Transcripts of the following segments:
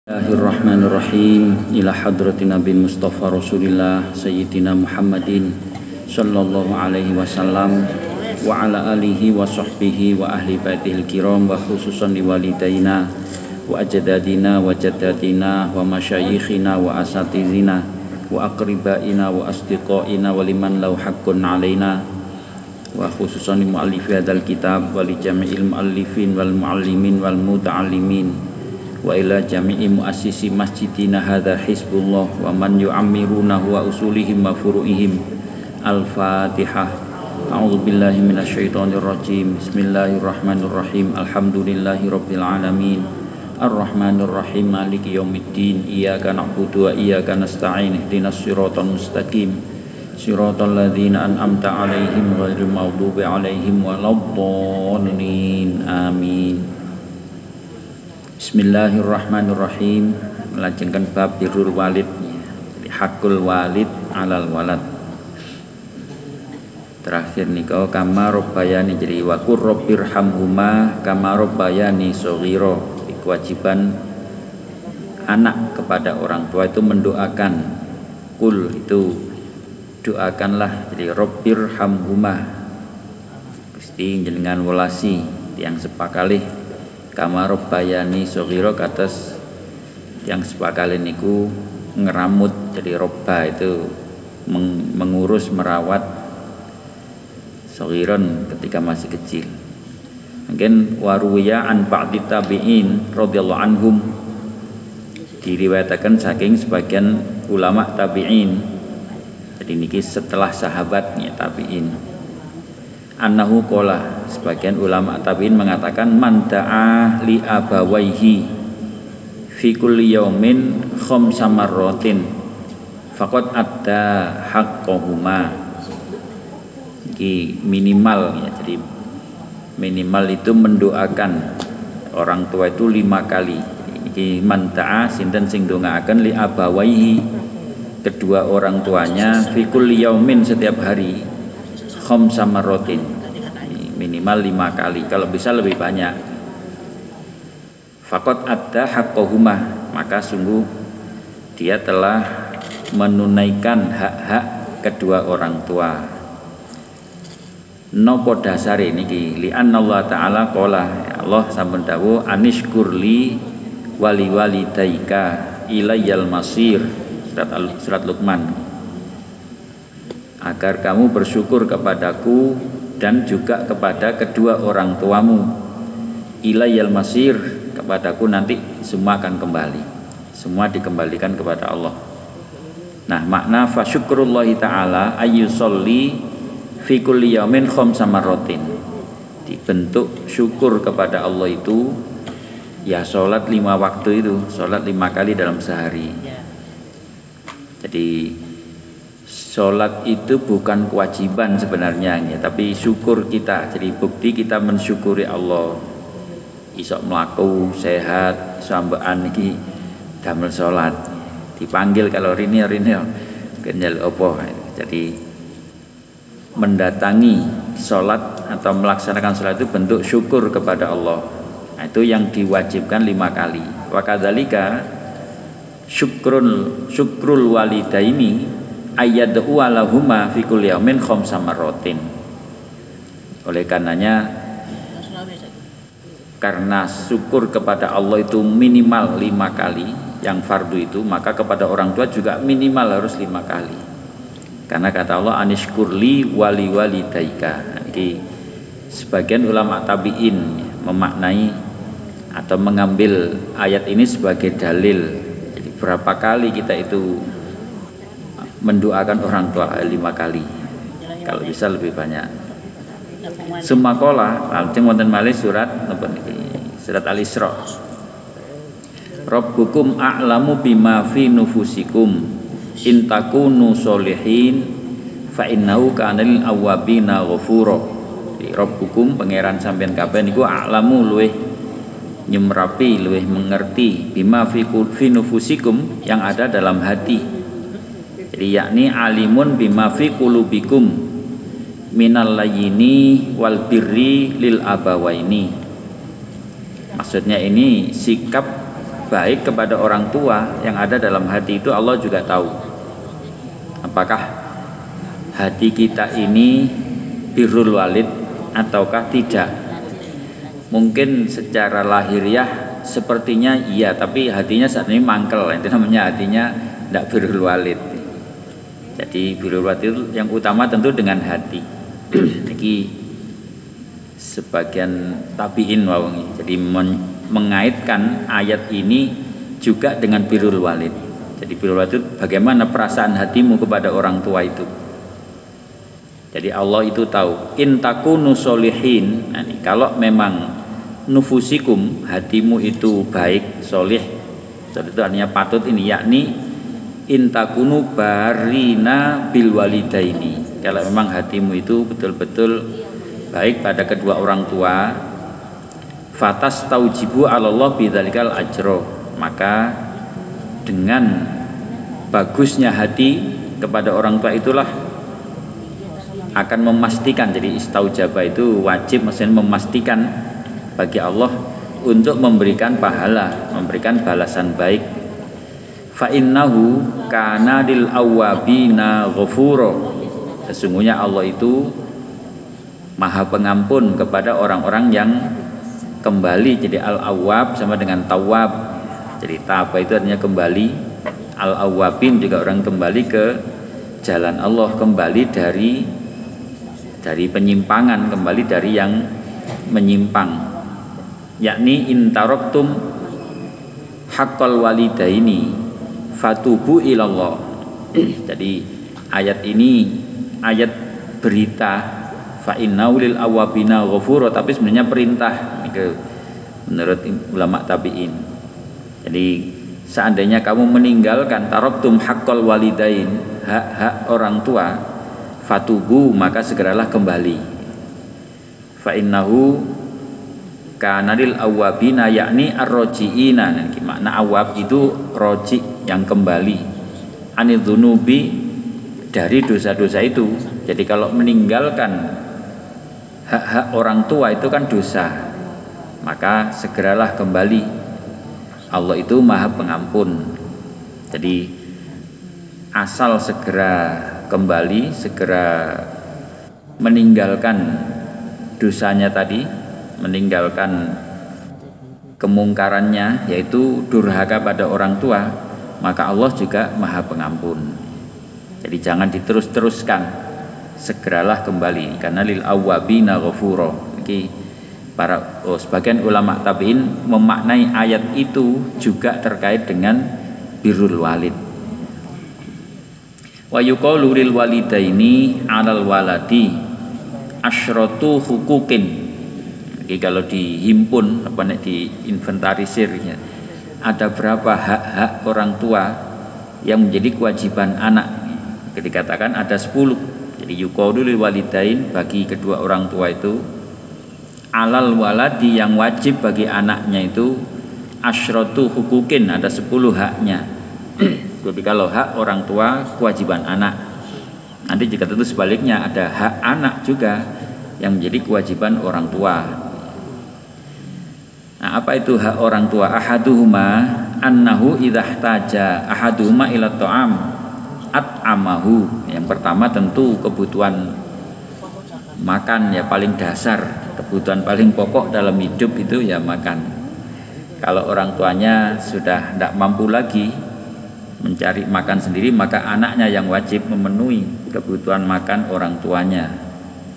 Bismillahirrahmanirrahim. Ila hadratin Nabi Mustafa Rasulillah Sayyidina Muhammadin sallallahu alaihi wasallam wa ala alihi wa sahbihi wa ahli baitihil kiram wa khususan liwalidaina wa ajdadina wa jaddatina wa masyayikhina wa asatizina wa aqribaina wa asdiqaina wa liman lau haqqun alaina wa khususan li muallifi hadzal kitab wa li jami'il muallifin wal muallimin wal muta'allimin wa ila jami'i muassisi masjidina hadza hizbullah wa man yu'ammirunahu wa usulihim wa furu'ihim. Al-Fatihah. A'udzu billahi minasyaitonir rajim. Bismillahirrahmanirrahim. Alhamdulillahi rabbil alamin. Arrahmanir rahim. Maliki yaumiddin. Iyyaka na'budu wa iyyaka nasta'in. Ihdinas siratal mustaqim. Siratal ladzina an'amta 'alaihim ghairil maghdubi 'alaihim waladdallin. Amin. Bismillahirrahmanirrahim. Melajengkan bab birrul walid, hakul walid alal walad. Terakhir nika kama rabbayani, jadi wa qur rabbirhamhuma kama rabbayani shaghira. Kewajiban anak kepada orang tua itu mendoakan. Kul itu doakanlah, jadi rabbirhamhuma Gusti jenengan welasi yang sepakalih kama robbayani shaghira, kados yang sepakali niku ngeramut, jadi robba itu mengurus merawat shaghiran ketika masih kecil. Mungkin waruya an ba'di tabi'in radhiyallahu anhum, diriwayatakan saking sebagian ulama tabi'in, jadi niki setelah sahabatnya tabi'in, annahu qala, sebagian ulama tabi'in mengatakan man da'a li abawaihi fi kulli yaumin khamsa marratin faqad adda haqqahuma. Iki minimal ya, jadi minimal itu mendoakan orang tua itu 5 kali. Iki man da'a sinten sing ndongaaken li abawaihi, kedua orang tuanya, fi kulli yaumin setiap hari, khamsa marratin minimal 5 kali, kalau bisa lebih banyak. Faqad adda haqqahuma, maka sungguh dia telah menunaikan hak-hak kedua orang tua. Nopo dasare niki li anna Allah taala qala, Allah sampun dawuh anishkurli wali walidaika ilayyal masir, surat Luqman, agar kamu bersyukur kepadaku dan juga kepada kedua orang tuamu, ilayyal masir, kepadaku nanti semua akan kembali, semua dikembalikan kepada Allah. Nah, makna fasyukrullahi ta'ala ayyusolli fi kulli yaumin khamsa marratin, dibentuk syukur kepada Allah itu ya sholat 5 waktu itu, sholat 5 kali dalam sehari. Jadi sholat itu bukan kewajiban sebenarnya ya, tapi syukur kita, jadi bukti kita mensyukuri Allah. Isok melaku sehat sambean iki damel sholat, dipanggil kalau rini kenyal opo. Jadi mendatangi sholat atau melaksanakan sholat itu bentuk syukur kepada Allah. Nah, itu yang diwajibkan 5 kali. Wa kadzalika syukrul walidaini ayyad'u lahuma fi kulli yaumin khamsa marratin. Oleh karenanya, karena syukur kepada Allah itu minimal 5 kali yang fardu itu, maka kepada orang tua juga minimal harus 5 kali. Karena kata Allah anishkurli wali walidaika. Jadi sebagian ulama tabi'in memaknai atau mengambil ayat ini sebagai dalil. Jadi berapa kali kita itu mendoakan orang tua? 5 kali, kalau bisa lebih banyak. Sumakola langsung wonten malih surat napa niki, surat Al-Isra. Rabbukum a'lamu bima fi nufusikum in takunu sholihin fa innahu kana lil awwabina ghafura. Rabbukum, pangeran sampean kabeh niku a'lamu, luweh nyemrapi, luweh mengerti, bima fi nufusikum, yang ada dalam hati. Jadi yakni alimun bima fi qulubikum minal layyini wal birri lil abawaini. Maksudnya ini sikap baik kepada orang tua yang ada dalam hati itu Allah juga tahu. Apakah hati kita ini birrul walid ataukah tidak? Mungkin secara lahiriah sepertinya iya, tapi hatinya saat ini mangkel. Itu namanya hatinya tidak birrul walid. Jadi birrul walid itu yang utama tentu dengan hati. Jadi sebagian tabiin wawangi. Jadi mengaitkan ayat ini juga dengan birrul walid. Jadi birrul walid itu bagaimana perasaan hatimu kepada orang tua itu. Jadi Allah itu tahu. In takunu solihin. Nah, kalau memang nufusikum, hatimu itu baik, solih, jadi itu artinya patut ini, yakni intakunu barina bil walidaini. Kalau memang hatimu itu betul-betul baik pada kedua orang tua, fatas taujibu alallah bidzalikal ajro, maka dengan bagusnya hati kepada orang tua itulah akan memastikan. Jadi istaujaba itu wajib, maksudnya memastikan bagi Allah untuk memberikan pahala, memberikan balasan baik. Fa innahu kana lil awwabina ghafuro. Sesungguhnya Allah itu Maha Pengampun kepada orang-orang yang kembali. Jadi al-awwab sama dengan tawab. Jadi taba itu artinya kembali. Al-awwabin juga orang kembali ke jalan Allah, kembali dari penyimpangan, kembali dari yang menyimpang. Yakni intaroktum haqqal walidaini fatubu ilallah. Jadi ayat ini ayat berita fa innahu lil awabina ghafur, tapi sebenarnya perintah menurut ulama tabi'in. Jadi seandainya kamu meninggalkan taroktum haqqal walidain, hak-hak orang tua, fatubu maka segeralah kembali. Fa innahu kanadil awabina, yakni arrojiina. Makna awab itu roji, yang kembali, anidzunubi, dari dosa-dosa itu. Jadi kalau meninggalkan hak-hak orang tua itu kan dosa, maka segeralah kembali. Allah itu Maha Pengampun. Jadi asal segera kembali, segera meninggalkan dosanya tadi, meninggalkan kemungkarannya yaitu durhaka pada orang tua, maka Allah juga Maha Pengampun. Jadi jangan diterus-teruskan, segeralah kembali, karena lil awwabina ghafuro. Sebagian ulama tabi'in memaknai ayat itu juga terkait dengan birrul walid. Wa yuqalu lil walidaini 'alal waladi asyratu huquqin. Jadi kalau dihimpun, diinventarisir, ya, ada berapa hak-hak orang tua yang menjadi kewajiban anak. Dikatakan ada 10. Jadi yuqalu lil walidain, bagi kedua orang tua itu, alal waladi, yang wajib bagi anaknya itu, asyratu huquqin, ada 10 haknya. Jadi kalau hak orang tua kewajiban anak. Nanti jika tentu sebaliknya ada hak anak juga yang menjadi kewajiban orang tua. Nah, apa itu hak orang tua? Ahaduhuma annahu idahtaja ahaduhuma ila ta'am at'amahu. Yang pertama tentu kebutuhan makan, ya paling dasar, kebutuhan paling pokok dalam hidup itu ya makan. Kalau orang tuanya sudah tidak mampu lagi mencari makan sendiri, maka anaknya yang wajib memenuhi kebutuhan makan orang tuanya.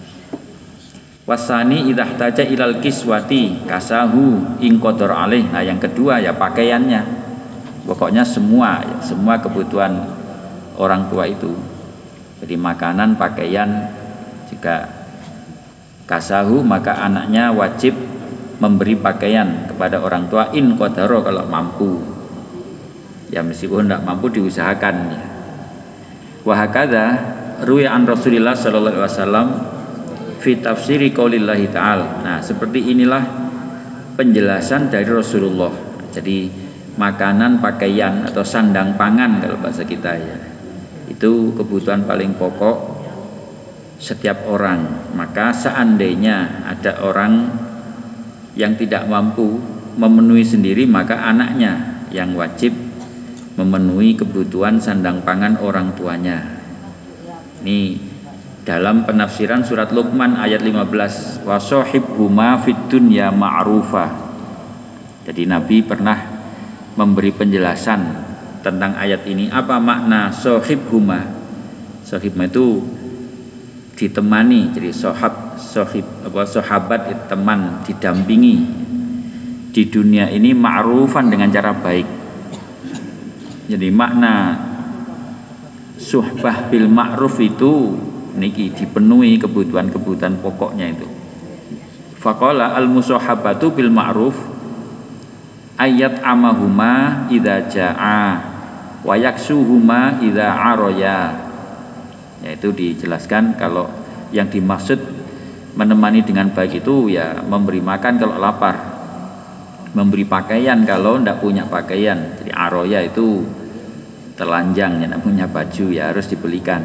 Wasani idahtaja ilal kiswati kasahu ingqadar alaih. Nah, yang kedua ya pakaiannya. Pokoknya semua kebutuhan orang tua itu. Jadi makanan, pakaian, jika kasahu maka anaknya wajib memberi pakaian kepada orang tua inqadaro, kalau mampu. Ya meskipun tidak mampu diusahakan. Wa hakadha ruya an Rasulillah sallallahu alaihi wasallam fi tafsiri qaulillahi ta'ala. Nah, seperti inilah penjelasan dari Rasulullah. Jadi makanan, pakaian atau sandang pangan kalau bahasa kita, ya, itu kebutuhan paling pokok setiap orang. Maka seandainya ada orang yang tidak mampu memenuhi sendiri, maka anaknya yang wajib memenuhi kebutuhan sandang pangan orang tuanya. Ini dalam penafsiran surat Luqman ayat 15, wa shahibhuma fid dunya ma'rufa. Jadi Nabi pernah memberi penjelasan tentang ayat ini. Apa makna shahibhuma? Shahibhuma itu ditemani, jadi sahabat itu teman, didampingi di dunia ini ma'rufan dengan cara baik. Jadi makna suhbah bil ma'ruf itu niki dipenuhi kebutuhan-kebutuhan pokoknya itu. Faqala al musahabatu bil ma'ruf ayat amahuma idza jaa wa yaksuhuma idza araya. Yaitu dijelaskan kalau yang dimaksud menemani dengan baik itu ya memberi makan kalau lapar, memberi pakaian kalau tidak punya pakaian. Jadi aroya itu telanjang, ya tidak punya baju, ya harus dibelikan.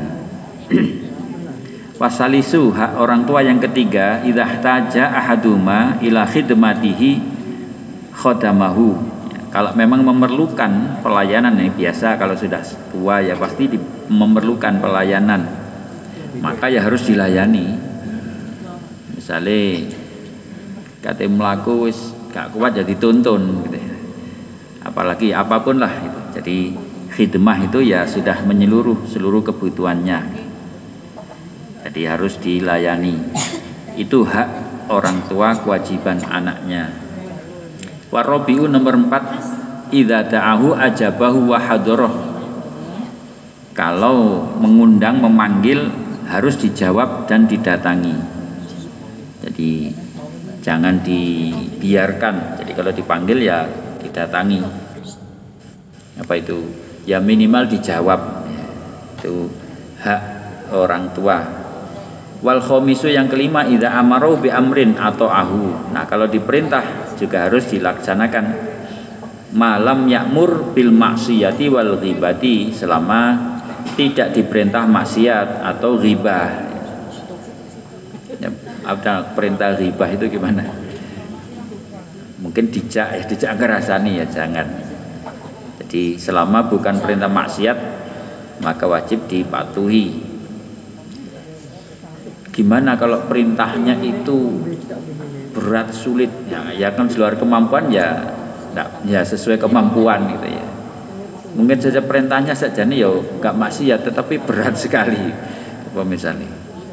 Wasalisu, hak orang tua yang ketiga, idza taja ahaduma ila khidmatihi khodamahu. Ya, kalau memang memerlukan pelayanan, ini biasa kalau sudah tua ya pasti memerlukan pelayanan, maka ya harus dilayani. Misalnya kate mlaku wis gak kuat jadi tuntun gitu ya. Apalagi apapun lah gitu. Jadi khidmah itu ya sudah menyeluruh seluruh kebutuhannya. Jadi harus dilayani. Itu hak orang tua, kewajiban anaknya. Warabiu nomor 4, idza da'ahu ajabahu wa hadoroh. Kalau mengundang, memanggil harus dijawab dan didatangi. Jadi jangan dibiarkan. Jadi kalau dipanggil ya didatangi. Apa itu? Ya minimal dijawab. Itu hak orang tua. Wal khomisu yang kelima, idza amaru bi amrin atau ahu. Nah, kalau diperintah juga harus dilaksanakan. Malam ya'mur bil maksiyati wal ghibati, selama tidak diperintah maksiat atau ghibah. Ya, ada perintah ghibah itu gimana? Mungkin dijak ngerasani ya jangan. Jadi selama bukan perintah maksiat maka wajib dipatuhi. Gimana kalau perintahnya itu berat, sulit, ya kan di luar kemampuan ya sesuai kemampuan gitu ya. Mungkin saja perintahnya saja nih ya gak maksiat tetapi berat sekali. Apa misalnya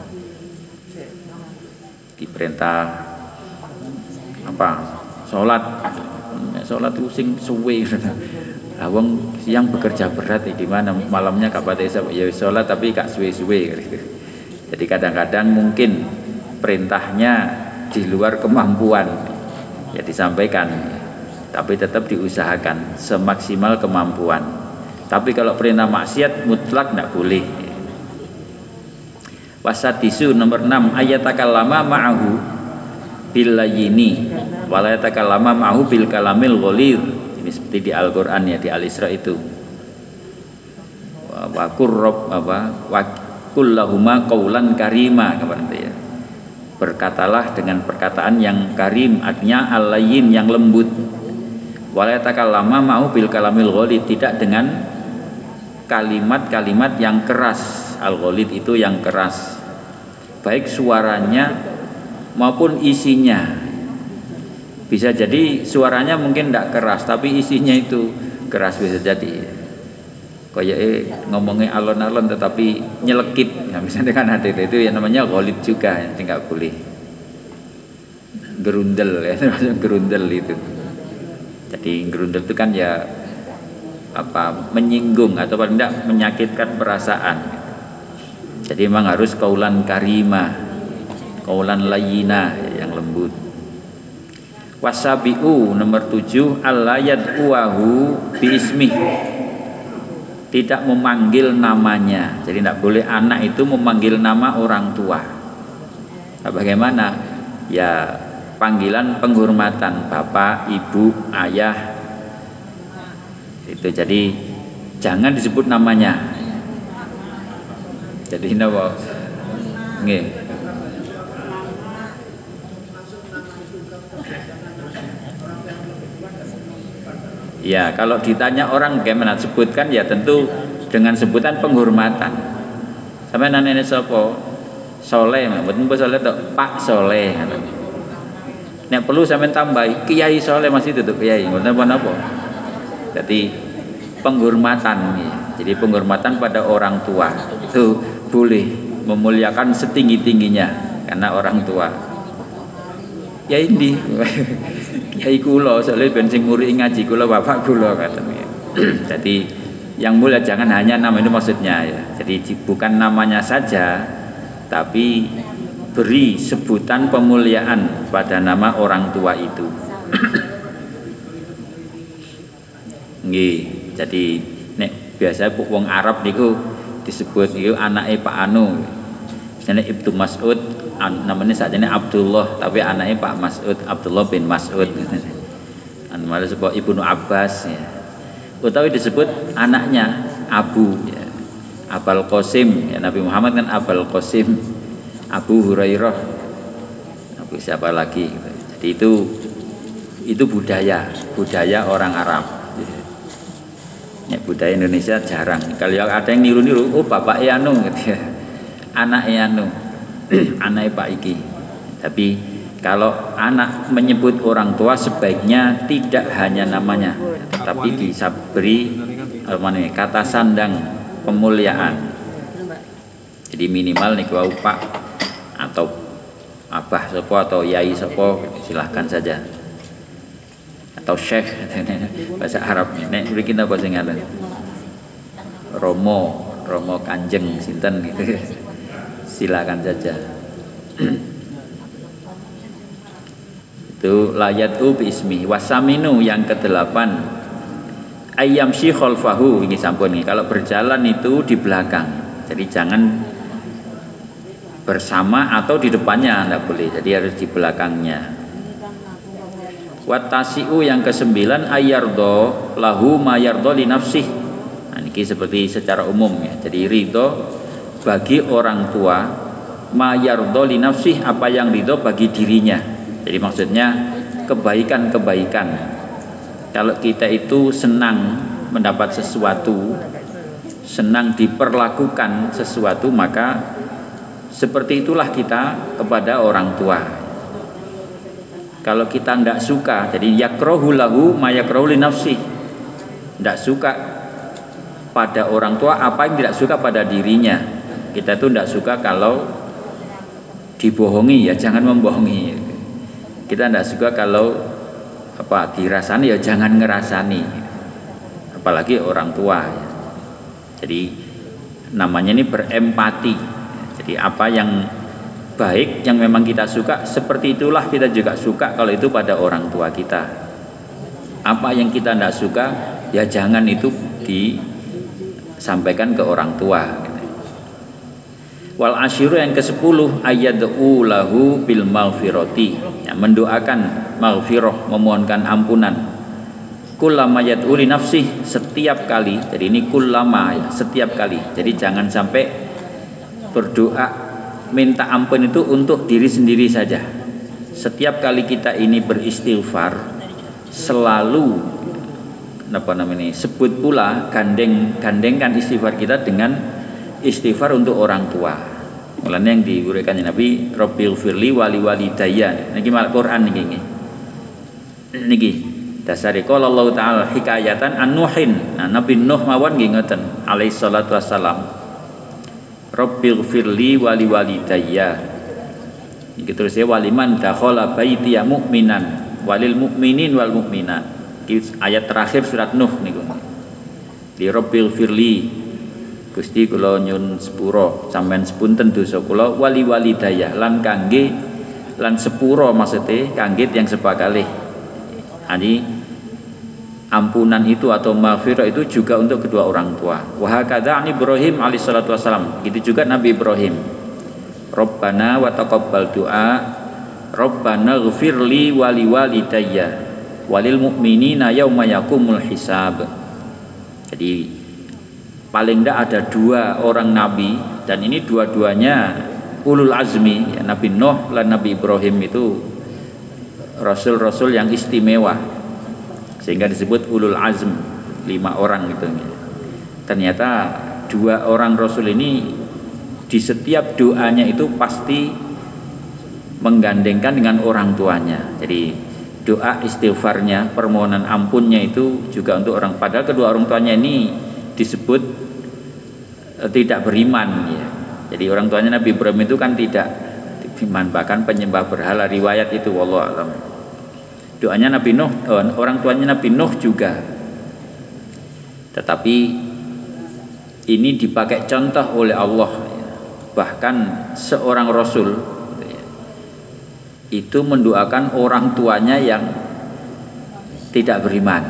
diperintah apa sholat itu sing suwe. Awang siang bekerja berat di mana malamnya gak pada ya sholat tapi gak suwe-suwe. Jadi kadang-kadang mungkin perintahnya di luar kemampuan ya disampaikan, tapi tetap diusahakan semaksimal kemampuan. Tapi kalau perintah maksiat mutlak tidak boleh. Wasatisu nomor 6, ayatakallama ma'ahu bil layyini wa la yatakallama ma'ahu bil kalamil ghalidh. Ini seperti di Al-Qur'an ya, di Al-Isra itu. Wa qurrab wa kullahuma qaulan karima, ya. Berkatalah dengan perkataan yang karim, artinya al-layyin, yang lembut. Wa la yatakallama ma'ahu bil kalamil ghalidh, tidak dengan kalimat-kalimat yang keras. Al-ghalidh itu yang keras, baik suaranya maupun isinya. Bisa jadi suaranya mungkin tidak keras tapi isinya itu keras, bisa jadi. Kayak ngomongnya alon-alon tetapi nyelekit. Nah, misalnya kan ada itu yang namanya ghalidh juga, yang tidak boleh. Gerundel ya, gerundel itu. Jadi gerundel itu kan ya menyinggung atau paling tidak menyakitkan perasaan. Jadi memang harus kaulan karimah, kaulan layyina, yang lembut. Wasabi'u nomor 7, allayad'uahu biismih, tidak memanggil namanya. Jadi tidak boleh anak itu memanggil nama orang tua. Nah, bagaimana? Ya panggilan penghormatan, bapak, ibu, ayah. Itu jadi jangan disebut namanya. Jadi napa? Nggih. Ya, kalau ditanya orang bagaimana sebutkan ya tentu dengan sebutan penghormatan. Sampai nenek sapa? Soleh, mboten soleh tok, Pak Soleh. Nek perlu sampean tambahi Kiai Soleh masih itu Kiai, mboten apa-apa. Jadi penghormatan ya. Jadi penghormatan pada orang tua itu boleh memuliakan setinggi-tingginya karena orang tua. Ya ini kiai kula soalnya ben sing murid ngaji kula bapak kula katanya. Jadi yang mulia jangan hanya nama itu maksudnya ya. Jadi bukan namanya saja tapi beri sebutan pemuliaan pada nama orang tua itu. Nggih, jadi nek biasa wong Arab niku disebut niku anake Pak Anu. Jenenge Ibnu Mas'ud, namanya sakjane Abdullah, tapi anaknya Pak Mas'ud, Abdullah bin Mas'ud. Malah sebut Ibnu Abbas ya. Utawi disebut anaknya Abu ya. Abul Qasim ya, Nabi Muhammad kan Abul Qasim, Abu Hurairah. Abu siapa lagi gitu. Jadi itu budaya orang Arab. Ya, budaya Indonesia jarang. Kalau ada yang niru-niru, oh bapaknya anu gitu ya. Anaknya anu, anaknya Pak Iki. Tapi kalau anak menyebut orang tua sebaiknya tidak hanya namanya, tapi diberi kata sandang pemuliaan. Jadi minimal nih wau Pak atau Abah sopo atau Yai sopo silahkan saja. Atau Syekh bahasa Arab. Nek mriki napa sing ngaten? Romo Kanjeng sinten gitu. Silakan saja. Itu layatu bi ismi. Wasaminu yang ke-8 ayyam shi khalfahu, ini sampun nih. Kalau berjalan itu di belakang. Jadi jangan bersama atau di depannya, enggak boleh. Jadi harus di belakangnya. Watasi'u yang ke-9 ayyardo lahu ma yardo li nafsih. Nah, ini seperti secara umum ya. Jadi ridho bagi orang tua ma yardo li nafsih, apa yang ridho bagi dirinya. Jadi maksudnya kebaikan-kebaikan. Kalau kita itu senang mendapat sesuatu, senang diperlakukan sesuatu, maka seperti itulah kita kepada orang tua. Kalau kita tidak suka, jadi yakrohu lahu ma yakrohu li nafsih, tidak suka pada orang tua apa yang tidak suka pada dirinya. Kita tuh tidak suka kalau dibohongi, ya jangan membohongi. Kita tidak suka kalau dirasani, ya jangan ngerasani. Apalagi orang tua. Jadi namanya ini berempati. Jadi apa yang baik yang memang kita suka, seperti itulah kita juga suka kalau itu pada orang tua kita. Apa yang kita tidak suka, ya jangan itu disampaikan ke orang tua. Wal asyiru yang ke-10 ayyad'u lahu bil maghfirati, ya, mendoakan maghfirah, memohonkan ampunan. Kullama yad'u li nafsih, setiap kali. Jadi ini kullama ya, setiap kali. Jadi jangan sampai berdoa minta ampun itu untuk diri sendiri saja. Setiap kali kita ini beristighfar selalu sebut pula gandengkan istighfar kita dengan istighfar untuk orang tua. Mulanya yang diuraikan Nabi, Rabbighfirli wali walidayya. Niki mal Quran niki. Niki dasari qala Allah taala hikayatan an Nuhin. Nah, Nabi Nuh mawon nggih ngoten alaihi salatu wassalam. Rabbighfirli wali walidayya. Niki terus ya waliman dakhala baitiya mu'minan walil mu'minin wal mu'minat. Ayat terakhir surat Nuh niku. Di Rabbighfirli, Gusti kula nyun sepuro sampean sepunten dosa kula wali walidayah lan kangge lan sepuro maksudnya kangge yang sepakalih. Ani ampunan itu atau maghfirah itu juga untuk kedua orang tua. Wa hakadha an Ibrahim alaihi salatu wasalam. Gitu juga Nabi Ibrahim. Rabbana wa taqabbal du'a. Rabbana ighfirli wali walidayya walil mu'minina yauma yaqumul hisab. Jadi paling tidak ada 2 orang nabi, dan ini dua-duanya ulul azmi ya, Nabi Nuh dan Nabi Ibrahim itu rasul-rasul yang istimewa. sehingga disebut ulul azm, 5 orang gitu. Ternyata 2 orang Rasul ini di setiap doanya itu pasti menggandengkan dengan orang tuanya. Jadi doa istighfarnya, permohonan ampunnya itu juga untuk orang, padahal kedua orang tuanya ini disebut tidak beriman ya. Jadi orang tuanya Nabi Ibrahim itu kan tidak beriman, bahkan penyembah berhala, riwayat itu wallahu alam. Doanya Nabi Nuh, orang tuanya Nabi Nuh juga. Tetapi ini dipakai contoh oleh Allah, bahkan seorang Rasul itu mendoakan orang tuanya yang tidak beriman.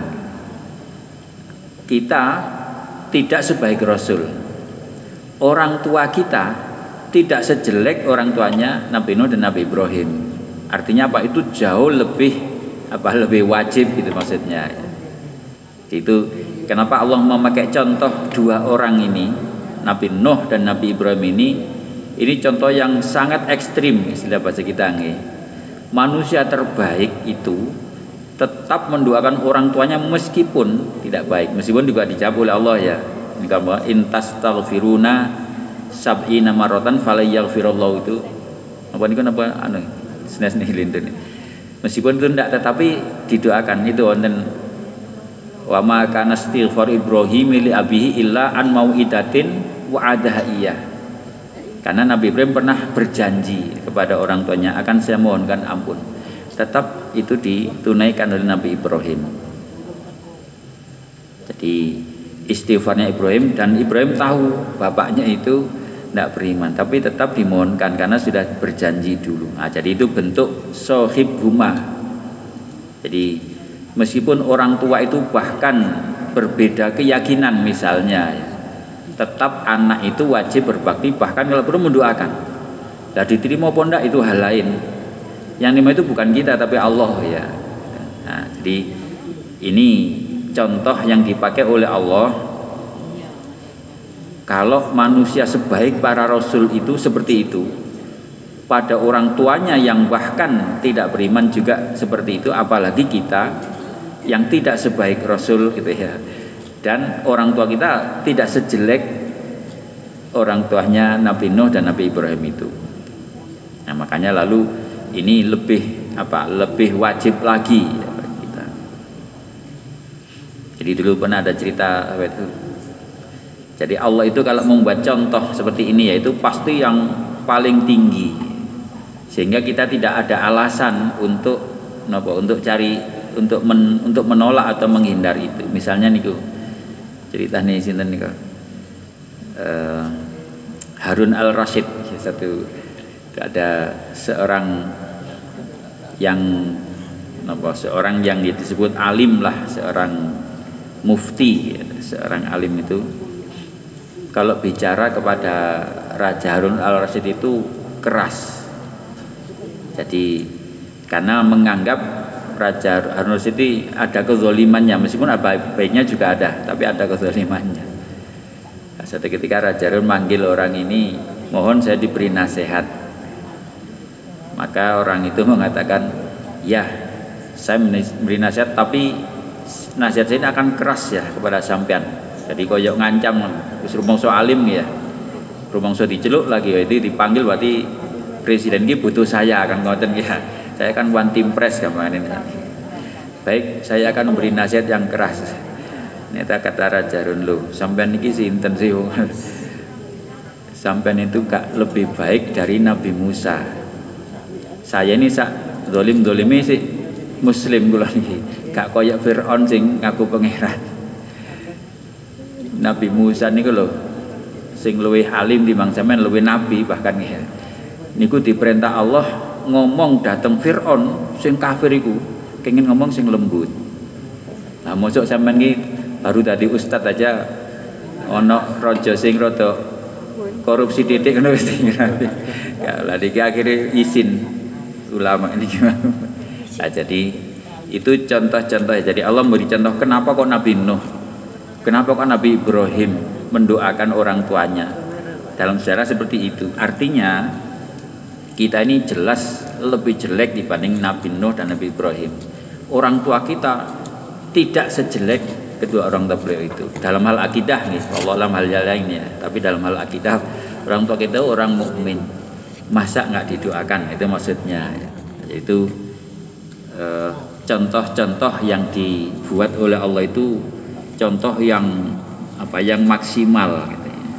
Kita tidak sebaik Rasul, orang tua kita tidak sejelek orang tuanya Nabi Nuh dan Nabi Ibrahim. Artinya apa? Itu jauh lebih lebih wajib gitu maksudnya. Itu kenapa Allah memakai contoh 2 orang ini, Nabi Nuh dan Nabi Ibrahim ini contoh yang sangat ekstrim istilah bahasa kita nih. Manusia terbaik itu tetap mendoakan orang tuanya meskipun tidak baik, meskipun juga dijawab oleh Allah ya. Ini kalau intastaghfiruna sab'ina marratan falayaghfirullahu itu apa niku napa anu senes lintun. Meskipun itu tidak, tetapi didoakan itu wonten wa ma kana istighfar Ibrahim li abihi illa an mau'idatin wa'adaha iya. Karena Nabi Ibrahim pernah berjanji kepada orang tuanya akan saya mohonkan ampun. Tetap itu ditunaikan oleh Nabi Ibrahim. Jadi istighfarnya Ibrahim, dan Ibrahim tahu bapaknya itu tidak beriman, tapi tetap dimohonkan karena sudah berjanji dulu. Nah, jadi itu bentuk sohib huma. Jadi meskipun orang tua itu bahkan berbeda keyakinan misalnya, tetap anak itu wajib berbakti, bahkan kalau perlu mendoakan. Nah, diterima apa enggak itu hal lain. Yang lima itu bukan kita tapi Allah ya. Nah, jadi ini contoh yang dipakai oleh Allah. Kalau manusia sebaik para rasul itu seperti itu, pada orang tuanya yang bahkan tidak beriman juga seperti itu, apalagi kita yang tidak sebaik rasul gitu ya. Dan orang tua kita tidak sejelek orang tuanya Nabi Nuh dan Nabi Ibrahim itu. Nah, makanya lalu ini lebih wajib lagi ya, bagi kita. Jadi dulu pernah ada cerita apa itu? Jadi Allah itu kalau membuat contoh seperti ini yaitu pasti yang paling tinggi, sehingga kita tidak ada alasan untuk cari untuk menolak atau menghindar itu. Misalnya niku ceritanya sinten niku Harun al-Rasyid, ada seorang yang disebut alim lah, seorang mufti, seorang alim itu kalau bicara kepada Raja Harun al-Rasyid itu keras. Jadi karena menganggap Raja Harun al-Rasyid itu ada kezalimannya, meskipun baiknya juga ada, tapi ada kezalimannya. Suatu ketika Raja Harun manggil orang ini, mohon saya diberi nasihat. Maka orang itu mengatakan, ya saya memberi nasihat, tapi nasihat saya ini akan keras ya kepada sampean. Jadi koyok ngancam, wis rumangsa alim ya, rumangsa diceluk lagi, itu dipanggil berarti presiden ini butuh saya akan ngoten ya. Saya kan one team press kemarin. Baik, saya akan memberi nasihat yang keras. Ternyata kata Raja Harun, loh sampean iki sinten sih? Sampean itu gak lebih baik dari Nabi Musa. Saya ini sak dolim-dolimi sih muslim kula niki, gak koyok Fir'aun sing ngaku pangeran. Nabi Musa niku lho sing luwih alim timbang sampean, luwih nabi bahkan ya. Niku diperintah Allah ngomong dateng Fir'aun sing kafir iku, kenging ngomong sing lembut. Nah, mosok sampean iki baru tadi ustad aja ana raja sing rada korupsi titik ngono wis ngerti. Ya lah iki akhire izin ulama ini gimana. Nah, jadi itu contoh-contoh. Jadi Allah memberi contoh kenapa kok Nabi Nuh, kenapa kok Nabi Ibrahim mendoakan orang tuanya dalam sejarah seperti itu. Artinya kita ini jelas lebih jelek dibanding Nabi Nuh dan Nabi Ibrahim. Orang tua kita tidak sejelek kedua orang tua beliau itu. Dalam hal akidah nih, Allah dalam hal lainnya, tapi dalam hal akidah orang tua kita orang mukmin, masa nggak didoakan, itu maksudnya. Yaitu contoh-contoh yang dibuat oleh Allah itu contoh yang yang maksimal gitu ya.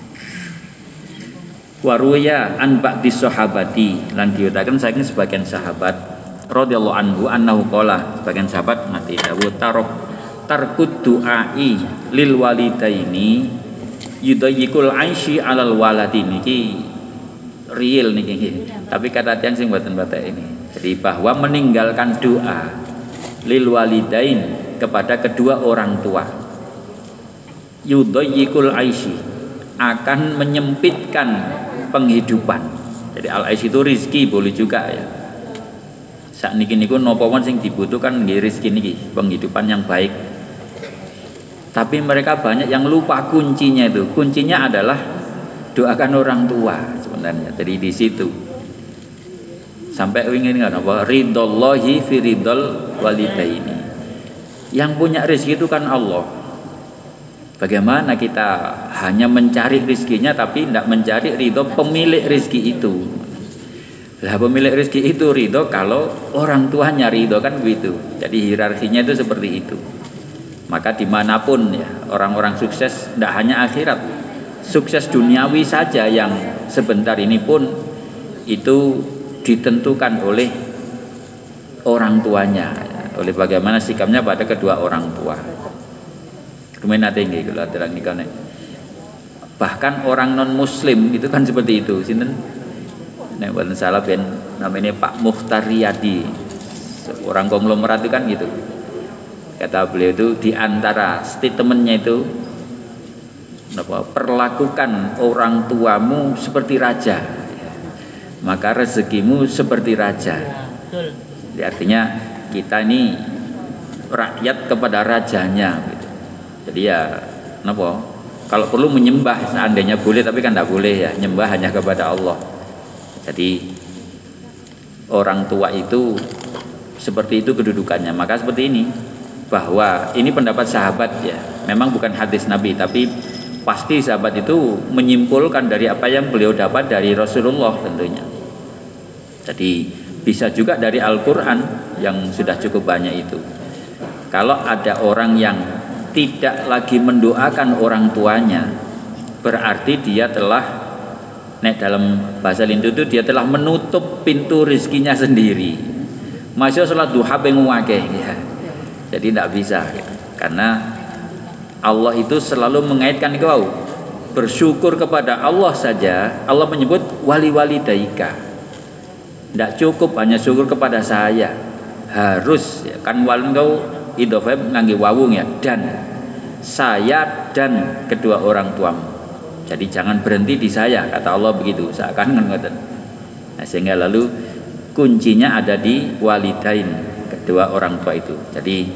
Waruya an ba'di sahabati lan diutaken saking sebagian sahabat radhiyallahu anhu annahu qala, sebagian sahabat mati dawu tarkud du'ai lil walidaini yudayyikul aishi alal waladini. Iki real niki, tapi kata tiang sing mboten batak ini. Jadi bahwa meninggalkan doa lil walidain kepada kedua orang tua yudayyikul aishi akan menyempitkan penghidupan. Jadi al-aish itu rizki boleh juga ya. Sak niki niku napa wae sing dibutuhkan nggih rizki niki, penghidupan yang baik. Tapi mereka banyak yang lupa kuncinya itu. Kuncinya adalah doakan orang tua sebenarnya. Jadi di situ. Sampai ingin kan apa? Ridallahi fi ridal walidaini. Yang punya rizki itu kan Allah. Bagaimana kita hanya mencari rizkinya tapi tidak mencari ridho pemilik rizki itu. Lah pemilik rizki itu ridho kalau orang tuanya ridho, kan begitu. Jadi hierarkinya itu seperti itu. Maka dimanapun ya orang-orang sukses, tidak hanya akhirat, sukses duniawi saja yang sebentar ini pun itu ditentukan oleh orang tuanya, oleh bagaimana sikapnya pada kedua orang tua. Kemudian ada yang gitu terang nikah. Bahkan orang non muslim itu kan seperti itu. Sinten? Nek bukan salah ben namanya Pak Mukhtar Riyadi, orang konglomerat itu kan gitu. Kata beliau itu di antara statementnya itu, perlakukan orang tuamu seperti raja, maka rezekimu seperti raja. Jadi artinya kita ini rakyat kepada rajanya gitu. Jadi ya kalau perlu menyembah seandainya boleh, tapi kan tidak boleh ya, nyembah hanya kepada Allah. Jadi orang tua itu seperti itu kedudukannya. Maka seperti ini, bahwa ini pendapat sahabat ya, memang bukan hadis Nabi, tapi pasti sahabat itu menyimpulkan dari apa yang beliau dapat dari Rasulullah tentunya. Jadi bisa juga dari Al-Quran yang sudah cukup banyak itu. Kalau ada orang yang tidak lagi mendoakan orang tuanya, berarti dia telah, dalam bahasa Lindu itu dia telah menutup pintu rizkinya sendiri. Masya sholat duha penguake ya. Jadi tidak bisa ya. Karena Allah itu selalu mengaitkan itu, bersyukur kepada Allah saja. Allah menyebut wali daika. Tidak cukup hanya syukur kepada saya, harus ya, kan wal engkau idhofah ngangge wawung ya, dan saya dan kedua orang tuamu. Jadi jangan berhenti di saya, kata Allah begitu, seakan ngoten. Nah, sehingga lalu kuncinya ada di walidain, kedua orang tua itu. Jadi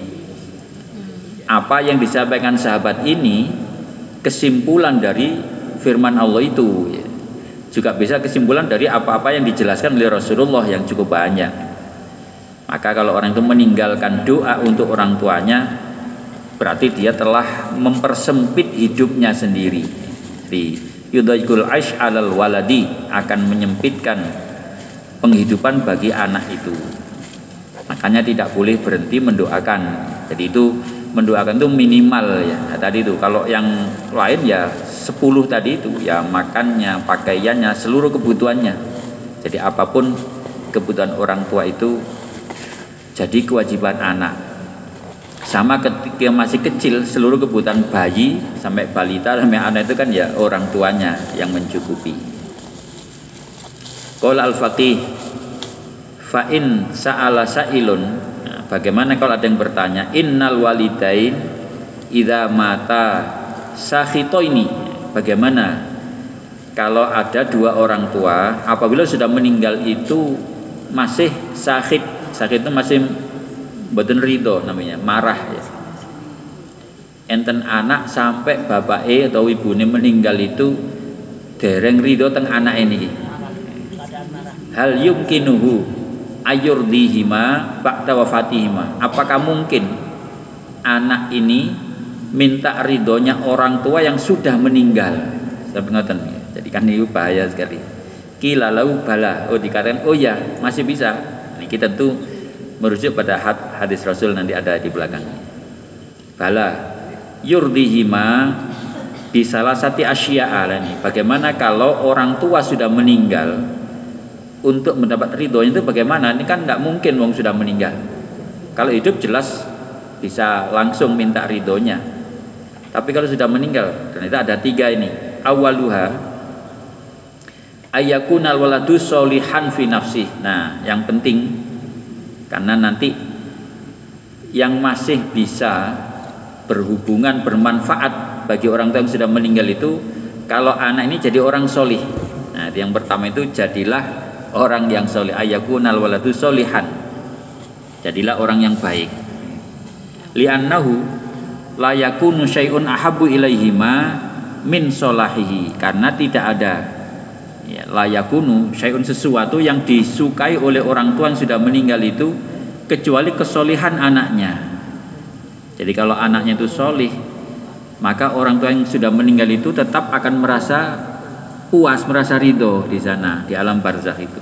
apa yang disampaikan sahabat ini kesimpulan dari firman Allah itu ya. Juga bisa kesimpulan dari apa-apa yang dijelaskan oleh Rasulullah yang cukup banyak. Maka kalau orang itu meninggalkan doa untuk orang tuanya, berarti dia telah mempersempit hidupnya sendiri. Di yudaikul aish alal waladi, akan menyempitkan penghidupan bagi anak itu. Makanya tidak boleh berhenti mendoakan. Jadi itu mendoakan itu minimal ya. Nah, tadi itu kalau yang lain ya 10 tadi itu ya, makannya, pakaiannya, seluruh kebutuhannya. Jadi apapun kebutuhan orang tua itu jadi kewajiban anak. Sama ketika masih kecil, seluruh kebutuhan bayi sampai balita sampai anak itu kan ya orang tuanya yang mencukupi. Qala al-faqih fa in sa'ala sa'ilun, nah, bagaimana kalau ada yang bertanya, innal walidain idza mata sakhitoini, bagaimana kalau ada dua orang tua apabila sudah meninggal itu masih sakhit itu masih mboten ridho namanya, marah ya. Enten anak sampai bapake atau ibune meninggal itu dereng ridho teng anak ini. Hal yumkinuhu ayurdihima ba'da wafatihima. Apakah mungkin anak ini minta ridhonya orang tua yang sudah meninggal. Sampai ngoten. Jadi kan itu bahaya sekali. Qila lahu bala. Oh dikatakan oh ya masih bisa. Ini kita tentu merujuk pada hadis Rasul nanti ada di belakang. Bala yurdihima bisalah sati asya'a nih. Bagaimana kalau orang tua sudah meninggal untuk mendapat ridhonya itu bagaimana? Ini kan nggak mungkin wong sudah meninggal. Kalau hidup jelas bisa langsung minta ridhonya. Tapi kalau sudah meninggal, ternyata ada 3 ini. Awaluha ayakunal waladu solihan fi nafsih. Nah, yang penting karena nanti yang masih bisa berhubungan bermanfaat bagi orang tua yang sudah meninggal itu kalau anak ini jadi orang solih. Nah, yang pertama itu jadilah orang yang solih. Ayakunal waladu solihan. Jadilah orang yang baik. Li'annahu la yakunu syai'un ahabbu ilaihima min solahihi, karena tidak ada ya, la yakunu syai'un sesuatu yang disukai oleh orang tua yang sudah meninggal itu kecuali kesolihan anaknya. Jadi kalau anaknya itu solih, maka orang tua yang sudah meninggal itu tetap akan merasa puas, merasa ridho di sana di alam barzakh itu.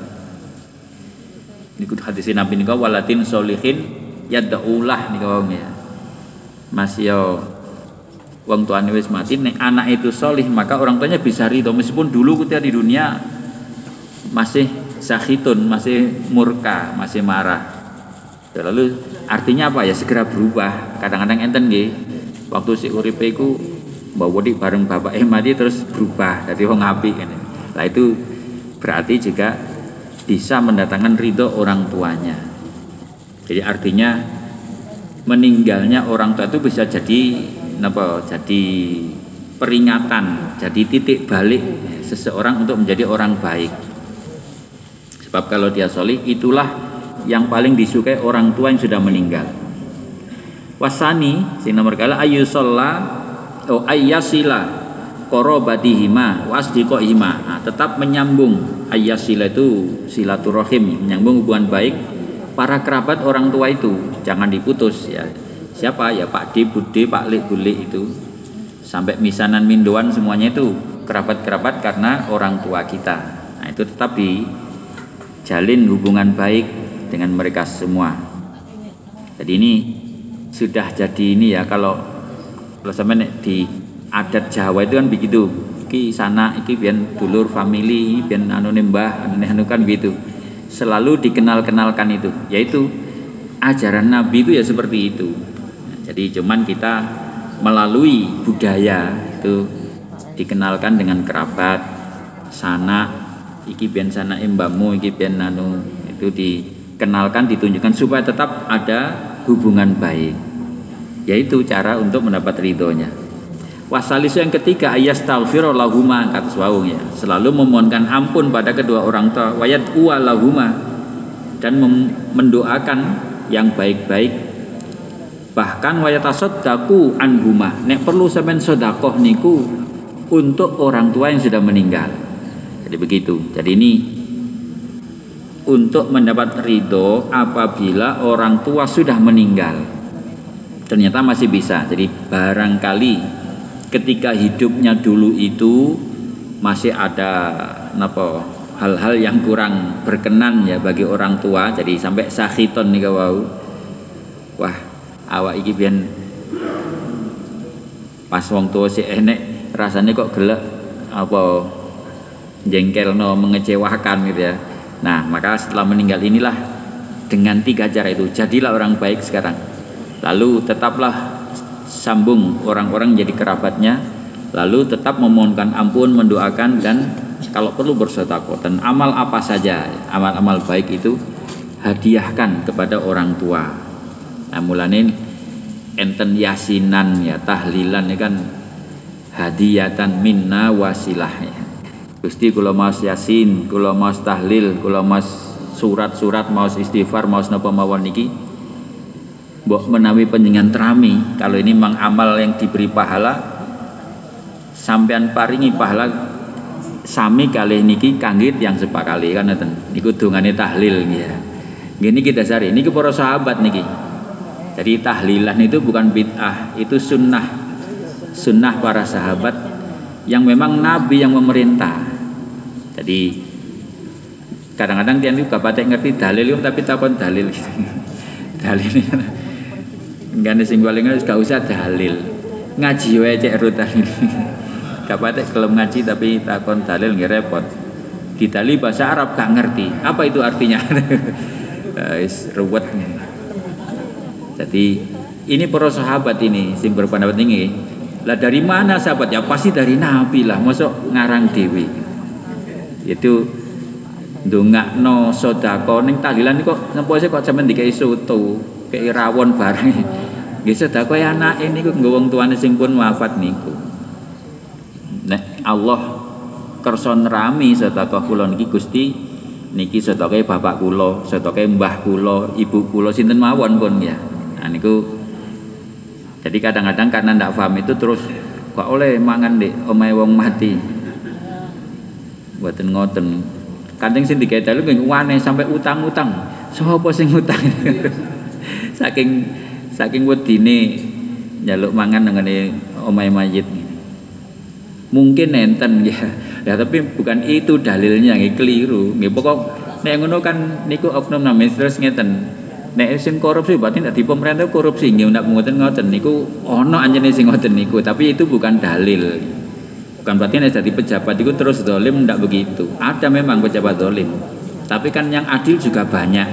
Ikut hadis Nabi nika walatin solihin yad'ulah nika wong ya. Mas yo wong tuane wis mati nek anak itu solih maka orang tuanya bisa ridho meskipun dulu ketika di dunia masih sakhitun, masih murka, masih marah. Lalu artinya apa ya, segera berubah. Kadang-kadang enten nggih waktu si uripe iku mbok wedi bareng bapak mati terus berubah dadi wong apik ngene. Lah itu berarti juga bisa mendatangkan ridho orang tuanya. Jadi artinya meninggalnya orang tua itu bisa jadi apa? Jadi peringatan, jadi titik balik seseorang untuk menjadi orang baik. Sebab kalau dia solih itulah yang paling disukai orang tua yang sudah meninggal. Wasani sing nomor kala ayyusalla atau ayyasila qorobatihima wasdiqohima. Nah, tetap menyambung. Ayyasila itu silaturahim, menyambung hubungan baik para kerabat orang tua itu, jangan diputus ya. Siapa ya, Pak D, Bude, Pak Lik, Bulik itu sampai misanan mindoan semuanya itu kerabat-kerabat karena orang tua kita. Nah, itu tetap dijalin hubungan baik dengan mereka semua. Jadi ini sudah jadi ini ya, kalau sampai di adat Jawa itu kan begitu. Iki sana iki biyen dulur family, biyen anu mbah, anu kan begitu. Selalu dikenal-kenalkan itu, yaitu ajaran Nabi itu ya seperti itu. Jadi cuman kita melalui budaya itu dikenalkan dengan kerabat, sana iki ben sana mbahmu, iki ben anu, itu dikenalkan, ditunjukkan supaya tetap ada hubungan baik. Yaitu cara untuk mendapat ridhonya. Wasalisu yang ketiga ayastaghfiru lahuma kata wau ya, selalu memohonkan ampun pada kedua orang tua, wayat lahuma, dan mendoakan yang baik-baik, bahkan wayatasaddaqu anhuma, nek perlu sampean sedekah niku untuk orang tua yang sudah meninggal. Jadi begitu. Jadi ini untuk mendapat ridho apabila orang tua sudah meninggal. Ternyata masih bisa. Jadi barangkali ketika hidupnya dulu itu masih ada hal-hal yang kurang berkenan ya bagi orang tua, jadi sampai sakhiton nih wau. Wah, awak iki biyen pas wong tua si enek rasanya kok gelek apa jengkelno, mengecewakan gitu ya. Nah, maka setelah meninggal inilah dengan 3 cara itu jadilah orang baik sekarang. Lalu tetaplah sambung orang-orang jadi kerabatnya, lalu tetap memohonkan ampun, mendoakan, dan kalau perlu bersedekah. Dan amal apa saja, amal-amal baik itu hadiahkan kepada orang tua. Nah, mulane enten yasinan ya, tahlilan ya kan, hadiyatan minna wasilah ya. Gusti kula maos yasin, kula maos tahlil, kula maos surat-surat, maos istighfar, maos napa mawon niki mbok menawi panjenengan trami, kalau ini memang amal yang diberi pahala, sampean paringi pahala sami kalih niki kangge tiyang sepakali kan ngoten. Niku dongane tahlil ya. Nggih niki dasare niki para sahabat niki. Jadi tahlilan itu bukan bid'ah, itu sunnah. Sunnah para sahabat yang memang Nabi yang memerintah. Jadi kadang-kadang dia juga patek ngerti dalil tapi takon dalil gitu. Dalil enggak ada sing paling gak usah dalil. Ngaji wae cek rutan ini. Gak patek kelem ngaji tapi takon dalil nggak repot. Didali bahasa Arab gak ngerti. Apa itu artinya? Wis ruwet. Jadi ini para sahabat ini sing berpendapat ini. Lah dari mana sahabat? Ya pasti dari Nabi lah. Mosok ngarang dewi. Itu ndongakno sedekah ning tahlilan kok napa sih kok sampean dikai soto, kayak rawon bareng. Nggih sedekah anake niku nggo wong tuane sing pun wafat niku. Nek Allah kersa nerami sedekah kula niki Gusti niki sedekah bapak kula, sedekah mbah kula, ibu kula sinten mawon pun ya. Nah niku jadi kadang-kadang karena ndak paham itu terus kok oleh mangan Dik omahe wong mati. Mboten ngoten. Kadang sing digawe dalu nggih wane sampai utang-utang. Sapa sing utang? saking wedine njaluk mangan nangane omahe mayit. Mungkin enten ya. Ya tapi bukan itu dalilnya nggih keliru. Nggih pokok nek ngono kan niku oknum namanya terus ngeten. Nek sing korupsi berarti nek di pemerintah korupsi nggih ndak ngoten niku ana anjene sing ngoten niku tapi itu bukan dalil. Bukan berarti nek dadi pejabat itu terus zalim, ndak begitu. Ada memang pejabat zalim. Tapi kan yang adil juga banyak.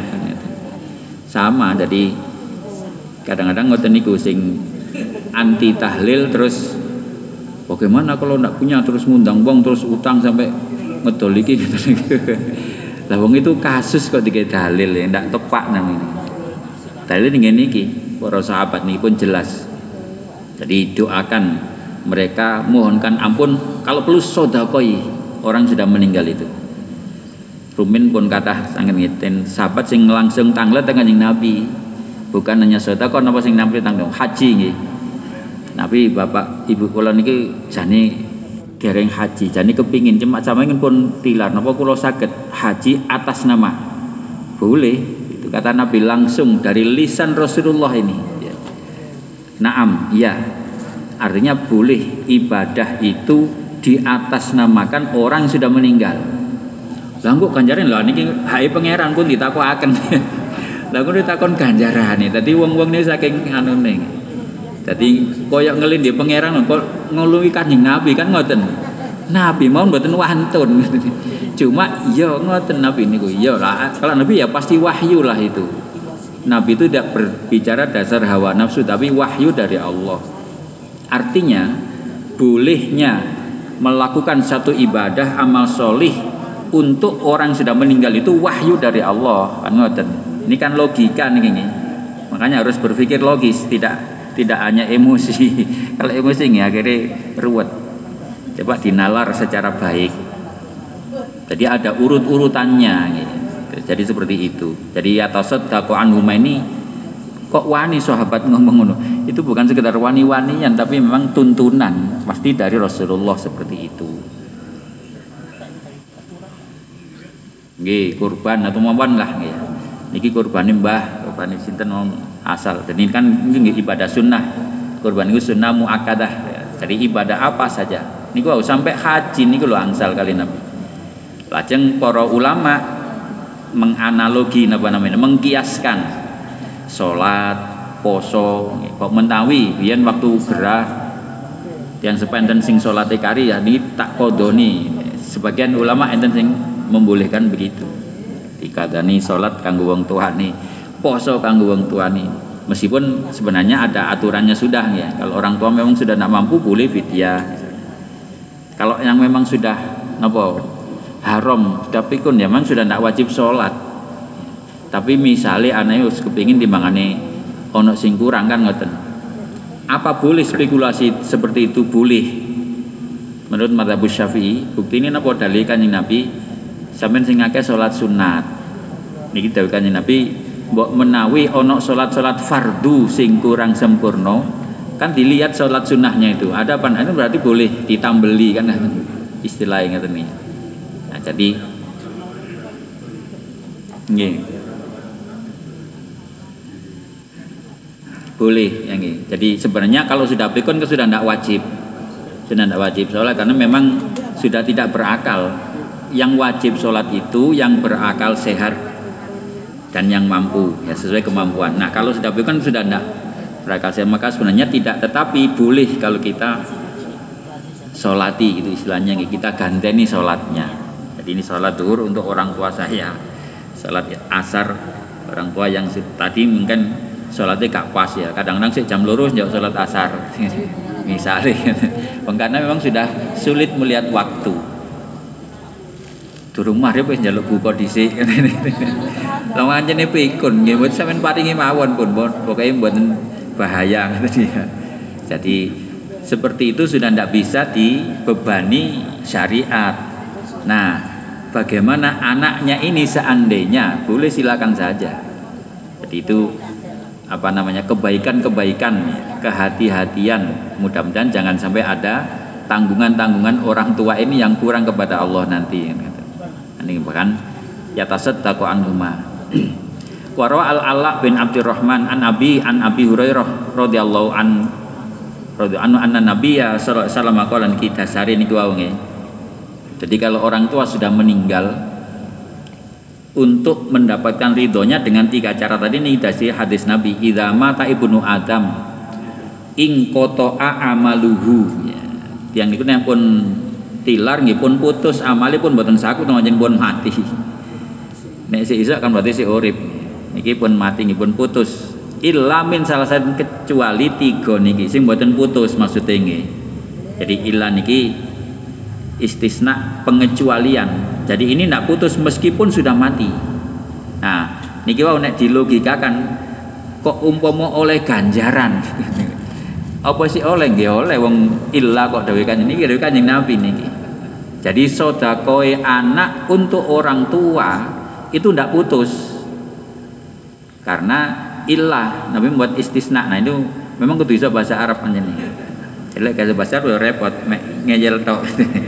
Sama jadi kadang-kadang ngoten niku sing anti tahlil terus bagaimana kalau ndak punya terus ngundang wong terus utang sampai ngedol iki gitu. Lah wong itu kasus kok digawe dalil ya ndak tepak namanya. Dalil ngene iki para sahabat niki pun jelas. Jadi doakan mereka, mohonkan ampun kalau perlu sedekah orang sudah meninggal itu. Rumin pun kata sangat ngeten sahabat sing langsung tanglet dengan Kanjeng Nabi. Bukan hanya sedekah napa sing nampi tanggung haji nggih. Nabi bapak ibu kula niki jane dereng haji, jane kepingin cuma sampeyan pun tilar napa kula saged haji atas nama. Boleh. Itu kata Nabi langsung dari lisan Rasulullah ini. Ya. Naam, ya. Artinya boleh ibadah itu diatasnamakan orang yang sudah meninggal. Lah kok ganjaran lho niki hake pangeran pun ditakokaken. Lah kok ditakon ganjaran iki. Dadi wong-wong niku saking anune. Dadi koyok ngelindi pangeran kok ngluwi Kanjeng Nabi kan ngoten. Nabi mau mboten wantun. Cuma ya ngoten Nabi niku ya lah kalau Nabi ya pasti wahyu lah itu. Nabi itu tidak berbicara dasar hawa nafsu tapi wahyu dari Allah. Artinya bolehnya melakukan satu ibadah amal solih untuk orang sudah meninggal itu wahyu dari Allah kan ngoten. Ini kan logika nih. Makanya harus berpikir logis, tidak hanya emosi. Kalau emosi nggih akhirnya ruwet. Coba dinalar secara baik. Jadi ada urut-urutannya gitu. Jadi seperti itu. Jadi atasaddaqu anhuma ini kok wani sahabat ngomong ngono. Itu bukan sekedar wani-wanian tapi memang tuntunan pasti dari Rasulullah seperti itu. Nggih, kurban atau mawon lah nggih. Niki kurbane Mbah, kurbane sinten asal. Dan ini kan nggih ibadah sunnah. Kurban itu sunnah muakkadah. Jadi ibadah apa saja. Niku sampai haji niku lho angsal kali Nabi. Lajeng para ulama menganalogi napa namanya mengkiaskan salat, poso kok mentawi biyen waktu gerah yang sepenten sing salate kari ya niki tak kodoni. Sebagian ulama enten sing membolehkan begitu. Dikadani salat kanggo wong tuane, poso kanggo wong tuane. Meskipun sebenarnya ada aturannya sudah ya. Kalau orang tua memang sudah tidak mampu boleh fidyah. Kalau yang memang sudah napa haram sudah pikun ya memang sudah tidak wajib sholat. Tapi misalnya anaknya kepingin dimangane ono sing kurang kan ngoten. Apa boleh spekulasi seperti itu? Boleh. Menurut mazhab Syafi'i, bukti ini napa dalil Kanjeng Nabi sampeyan sing akeh salat sunat. Niki dawuh Kanjeng Nabi, mbok menawi ono salat-salat fardu sing kurang sempurna, kan dilihat salat sunnahnya itu. Ada apa? Itu berarti boleh ditambeli kan istilahnya ngoten iki. Nah, jadi nggih. boleh yang ini. Jadi sebenarnya kalau sudah pikun sudah tidak wajib. Sudah tidak wajib sholat karena memang sudah tidak berakal. Yang wajib sholat itu yang berakal sehat dan yang mampu ya sesuai kemampuan. Nah kalau sudah pikun sudah tidak berakal sehat maka sebenarnya tidak, tetapi boleh kalau kita sholati gitu istilahnya, kita ganteni sholatnya. Jadi ini sholat zuhur untuk orang tua saya, sholat asar orang tua yang tadi mungkin sholatnya gak pas ya, kadang-kadang sih jam lurus jauh sholat asar misalnya karena memang sudah sulit melihat waktu. Durung maghrib wis njaluk buka dhisik. Lah pancene pikun nggih mboten sampean paringi mawon pun pokoke mboten bahaya gitu ya. Jadi seperti itu sudah tidak bisa dibebani syariat. Nah, bagaimana anaknya ini seandainya boleh silakan saja. Jadi itu kebaikan-kebaikan, kehati-hatian. Mudah-mudahan jangan sampai ada tanggungan-tanggungan orang tua ini yang kurang kepada Allah nanti. Ini bahkan yatasaddaqu anhuma. Wa rawa al-Ala bin Abdurrahman an Abi Hurairah radhiyallahu anna nabiyya sallallahu alaihi wasallam qalan kita sari niku wae. Jadi kalau orang tua sudah meninggal, untuk mendapatkan ridhonya dengan 3 cara tadi nih dari hadis Nabi, idza mata ibnu Adam ing qata'a amaluhu. Yang niku nek pun tilar nggih pun putus amale pun mboten saku njenengan pun mati. Nek sik iso kan berarti sik urip. Niki pun mati nggih pun putus. Illa min salah satu kecuali 3 niki sing mboten putus maksudnya nggih. Jadi illa niki istisna pengecualian. Jadi ini tidak putus meskipun sudah mati. Nah, niki wau nek dilogikakan kok umpama oleh ganjaran. Apa sih oleh nggih oleh wong illa kok dawuh Kanjeng niki dawuh Kanjeng Nabi niki. Jadi sedekah anak untuk orang tua itu tidak putus. Karena illah Nabi membuat istisna. Nah itu memang kudu iso bahasa Arab panjenengan. Jelek bahasa Arab repot ngeyel tok.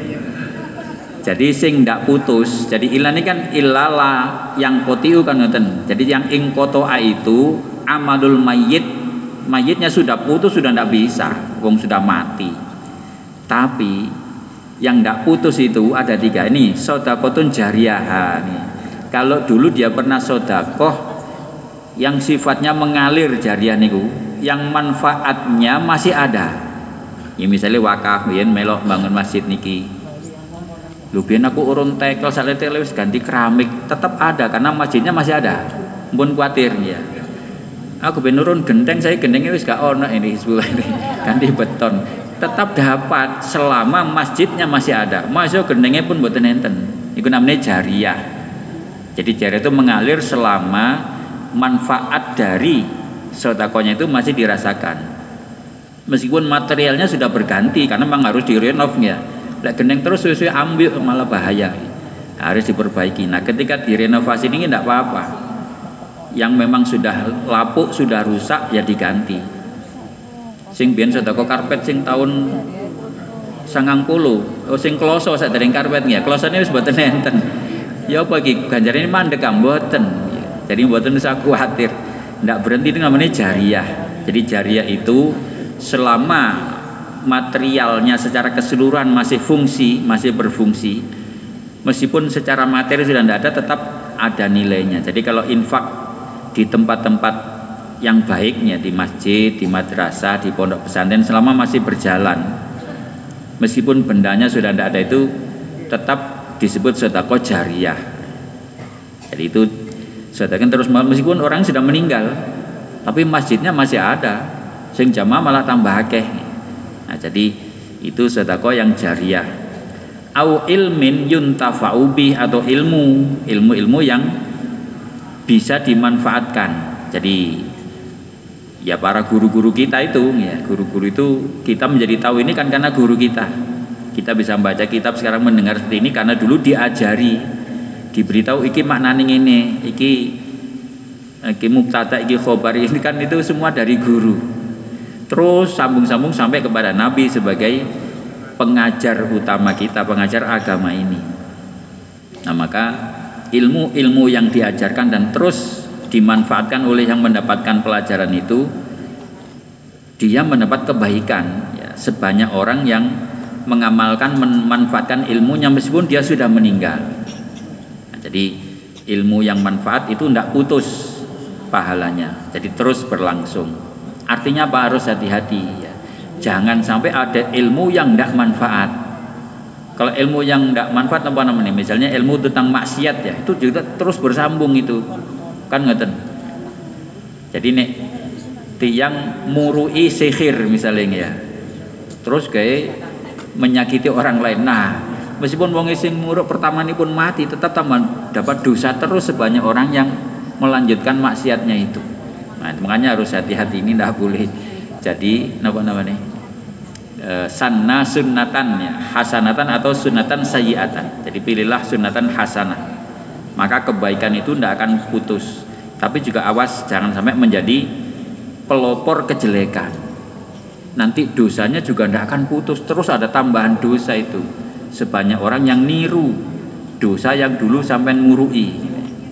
Jadi sing ndak putus. Jadi ilah ini kan ilala yang kotiu kan ngoten. Jadi yang ing kotoa itu amalul mayitnya sudah putus, sudah ndak bisa, wong sudah mati. Tapi yang ndak putus itu ada 3 ini sodakotun jariyah nih. Kalau dulu dia pernah sodakoh yang sifatnya mengalir jariyah niku, yang manfaatnya masih ada. Ya misalnya wakaf, yen melok bangun masjid niki. Lho biyen aku urun tekel salete wis ganti keramik, tetap ada karena masjidnya masih ada. Mpun kuatir ya. Aku ben urun genteng, saya gentengnya wis gak ono ini sebelah ini. Ganti beton. Tetap dapat selama masjidnya masih ada. Masuk gentengnya pun mboten enten. Iku namanya jariyah. Jadi jariyah itu mengalir selama manfaat dari sedekahnya itu masih dirasakan. Meskipun materialnya sudah berganti karena memang harus direnov ya. Lek gendeng terus suwe-suwe ambil malah bahaya. Harus diperbaiki. Nah, ketika direnovasi ini tidak apa-apa. Yang memang sudah lapuk, sudah rusak ya diganti. Sing biyen sedekah karpet sing tahun 90, sing kloso sadèrèng karpet ya. Klosone wis mboten enten. Ya apa iki ganjarane mandek mboten. Jadi mboten usah kuwatir. Ndak berhenti itu namanya jariyah. Jadi jariyah itu selama materialnya secara keseluruhan masih berfungsi, meskipun secara materi sudah tidak ada, tetap ada nilainya. Jadi kalau infak di tempat-tempat yang baiknya, di masjid, di madrasah, di pondok pesantren selama masih berjalan, meskipun bendanya sudah tidak ada, itu tetap disebut sedekah jariyah. Jadi itu sedekah terus meskipun orang sudah meninggal, tapi masjidnya masih ada, sing jamaah malah tambah akeh. Nah, jadi itu sedekah yang jariyah. Au ilmin yuntafa'u bih, atau ilmu yang bisa dimanfaatkan. Jadi ya para guru-guru kita itu ya, guru-guru itu kita menjadi tahu ini kan karena guru kita. Kita bisa membaca kitab sekarang, mendengar seperti ini karena dulu diajari, diberitahu iki maknane ngene, iki mubtada, iki khobar, ini kan itu semua dari guru. Terus sambung-sambung sampai kepada Nabi sebagai pengajar utama kita, pengajar agama ini. Nah, maka ilmu-ilmu yang diajarkan dan terus dimanfaatkan oleh yang mendapatkan pelajaran itu dia mendapat kebaikan ya, sebanyak orang yang mengamalkan, memanfaatkan ilmunya meskipun dia sudah meninggal. Nah, jadi ilmu yang manfaat itu tidak putus pahalanya, jadi terus berlangsung. Artinya apa? Harus hati-hati ya. Jangan sampai ada ilmu yang tidak manfaat. Kalau ilmu yang tidak manfaat apa namanya? Misalnya ilmu tentang maksiat ya, itu juga terus bersambung itu, kan ngeten. Jadi nek tiang murui sihir misalnya ya, terus kayak menyakiti orang lain. Nah, meskipun wong sing muruk pertama ini pun mati, tetap dapat dosa terus sebanyak orang yang melanjutkan maksiatnya itu. Nah, makanya harus hati-hati, ini tidak boleh. Jadi apa namanya? Sanna sunnatan ya, hasanatan atau sunnatan sayyiatan. Jadi pilihlah sunnatan hasanah. Maka kebaikan itu tidak akan putus. Tapi juga awas jangan sampai menjadi pelopor kejelekan. Nanti dosanya juga tidak akan putus, terus ada tambahan dosa itu. Sebanyak orang yang niru dosa yang dulu sampai ngurui.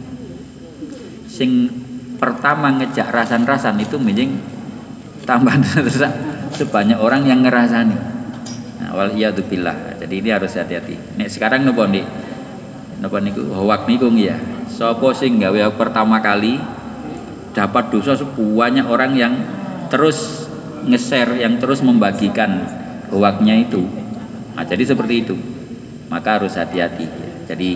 Sing pertama ngejak rasan-rasan itu mending tambahan dosa sebanyak orang yang ngerasani. Nah, wal iyadzubillah. Jadi ini harus hati-hati. Nek sekarang nopo niku hoak niku ya. Sapa sing gawe pertama kali dapat dosa sebanyak orang yang terus nge-share, yang terus membagikan hoaknya itu. Nah, jadi seperti itu. Maka harus hati-hati. Jadi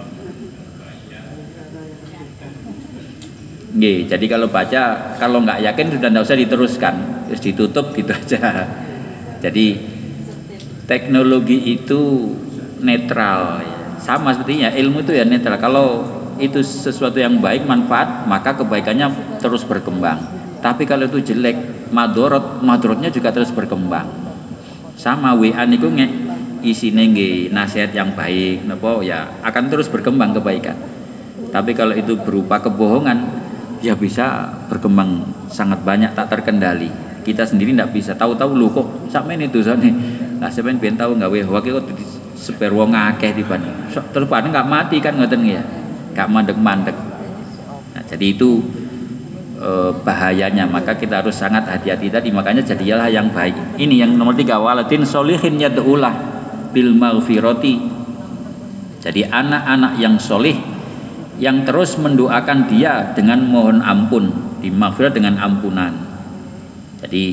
jadi kalau baca, kalau nggak yakin sudah nggak usah diteruskan, terus ditutup gitu aja. Jadi teknologi itu netral, sama sepertinya ilmu itu ya netral. Kalau itu sesuatu yang baik, manfaat, maka kebaikannya terus berkembang. Tapi kalau itu jelek, madorotnya juga terus berkembang. Sama WA niku isine nggih nasihat yang baik, napa ya akan terus berkembang kebaikan. Tapi kalau itu berupa kebohongan, ya bisa berkembang sangat banyak, tak terkendali. Kita sendiri tidak bisa tahu-tahu lu kok sampean itu sone. Lah sampean ben tahu gawe hoax kok seper wong akeh dibanding. Terus padahal enggak mati kan ngoten ya. Enggak mandek-mandek. Nah, jadi itu bahayanya, maka kita harus sangat hati-hati tadi. Makanya jadilah yang baik. Ini yang nomor 3, waladin solihin yad'ulah bil maghfirati. Jadi anak-anak yang solih yang terus mendoakan dia dengan mohon ampun, di maghfirah dengan ampunan. Jadi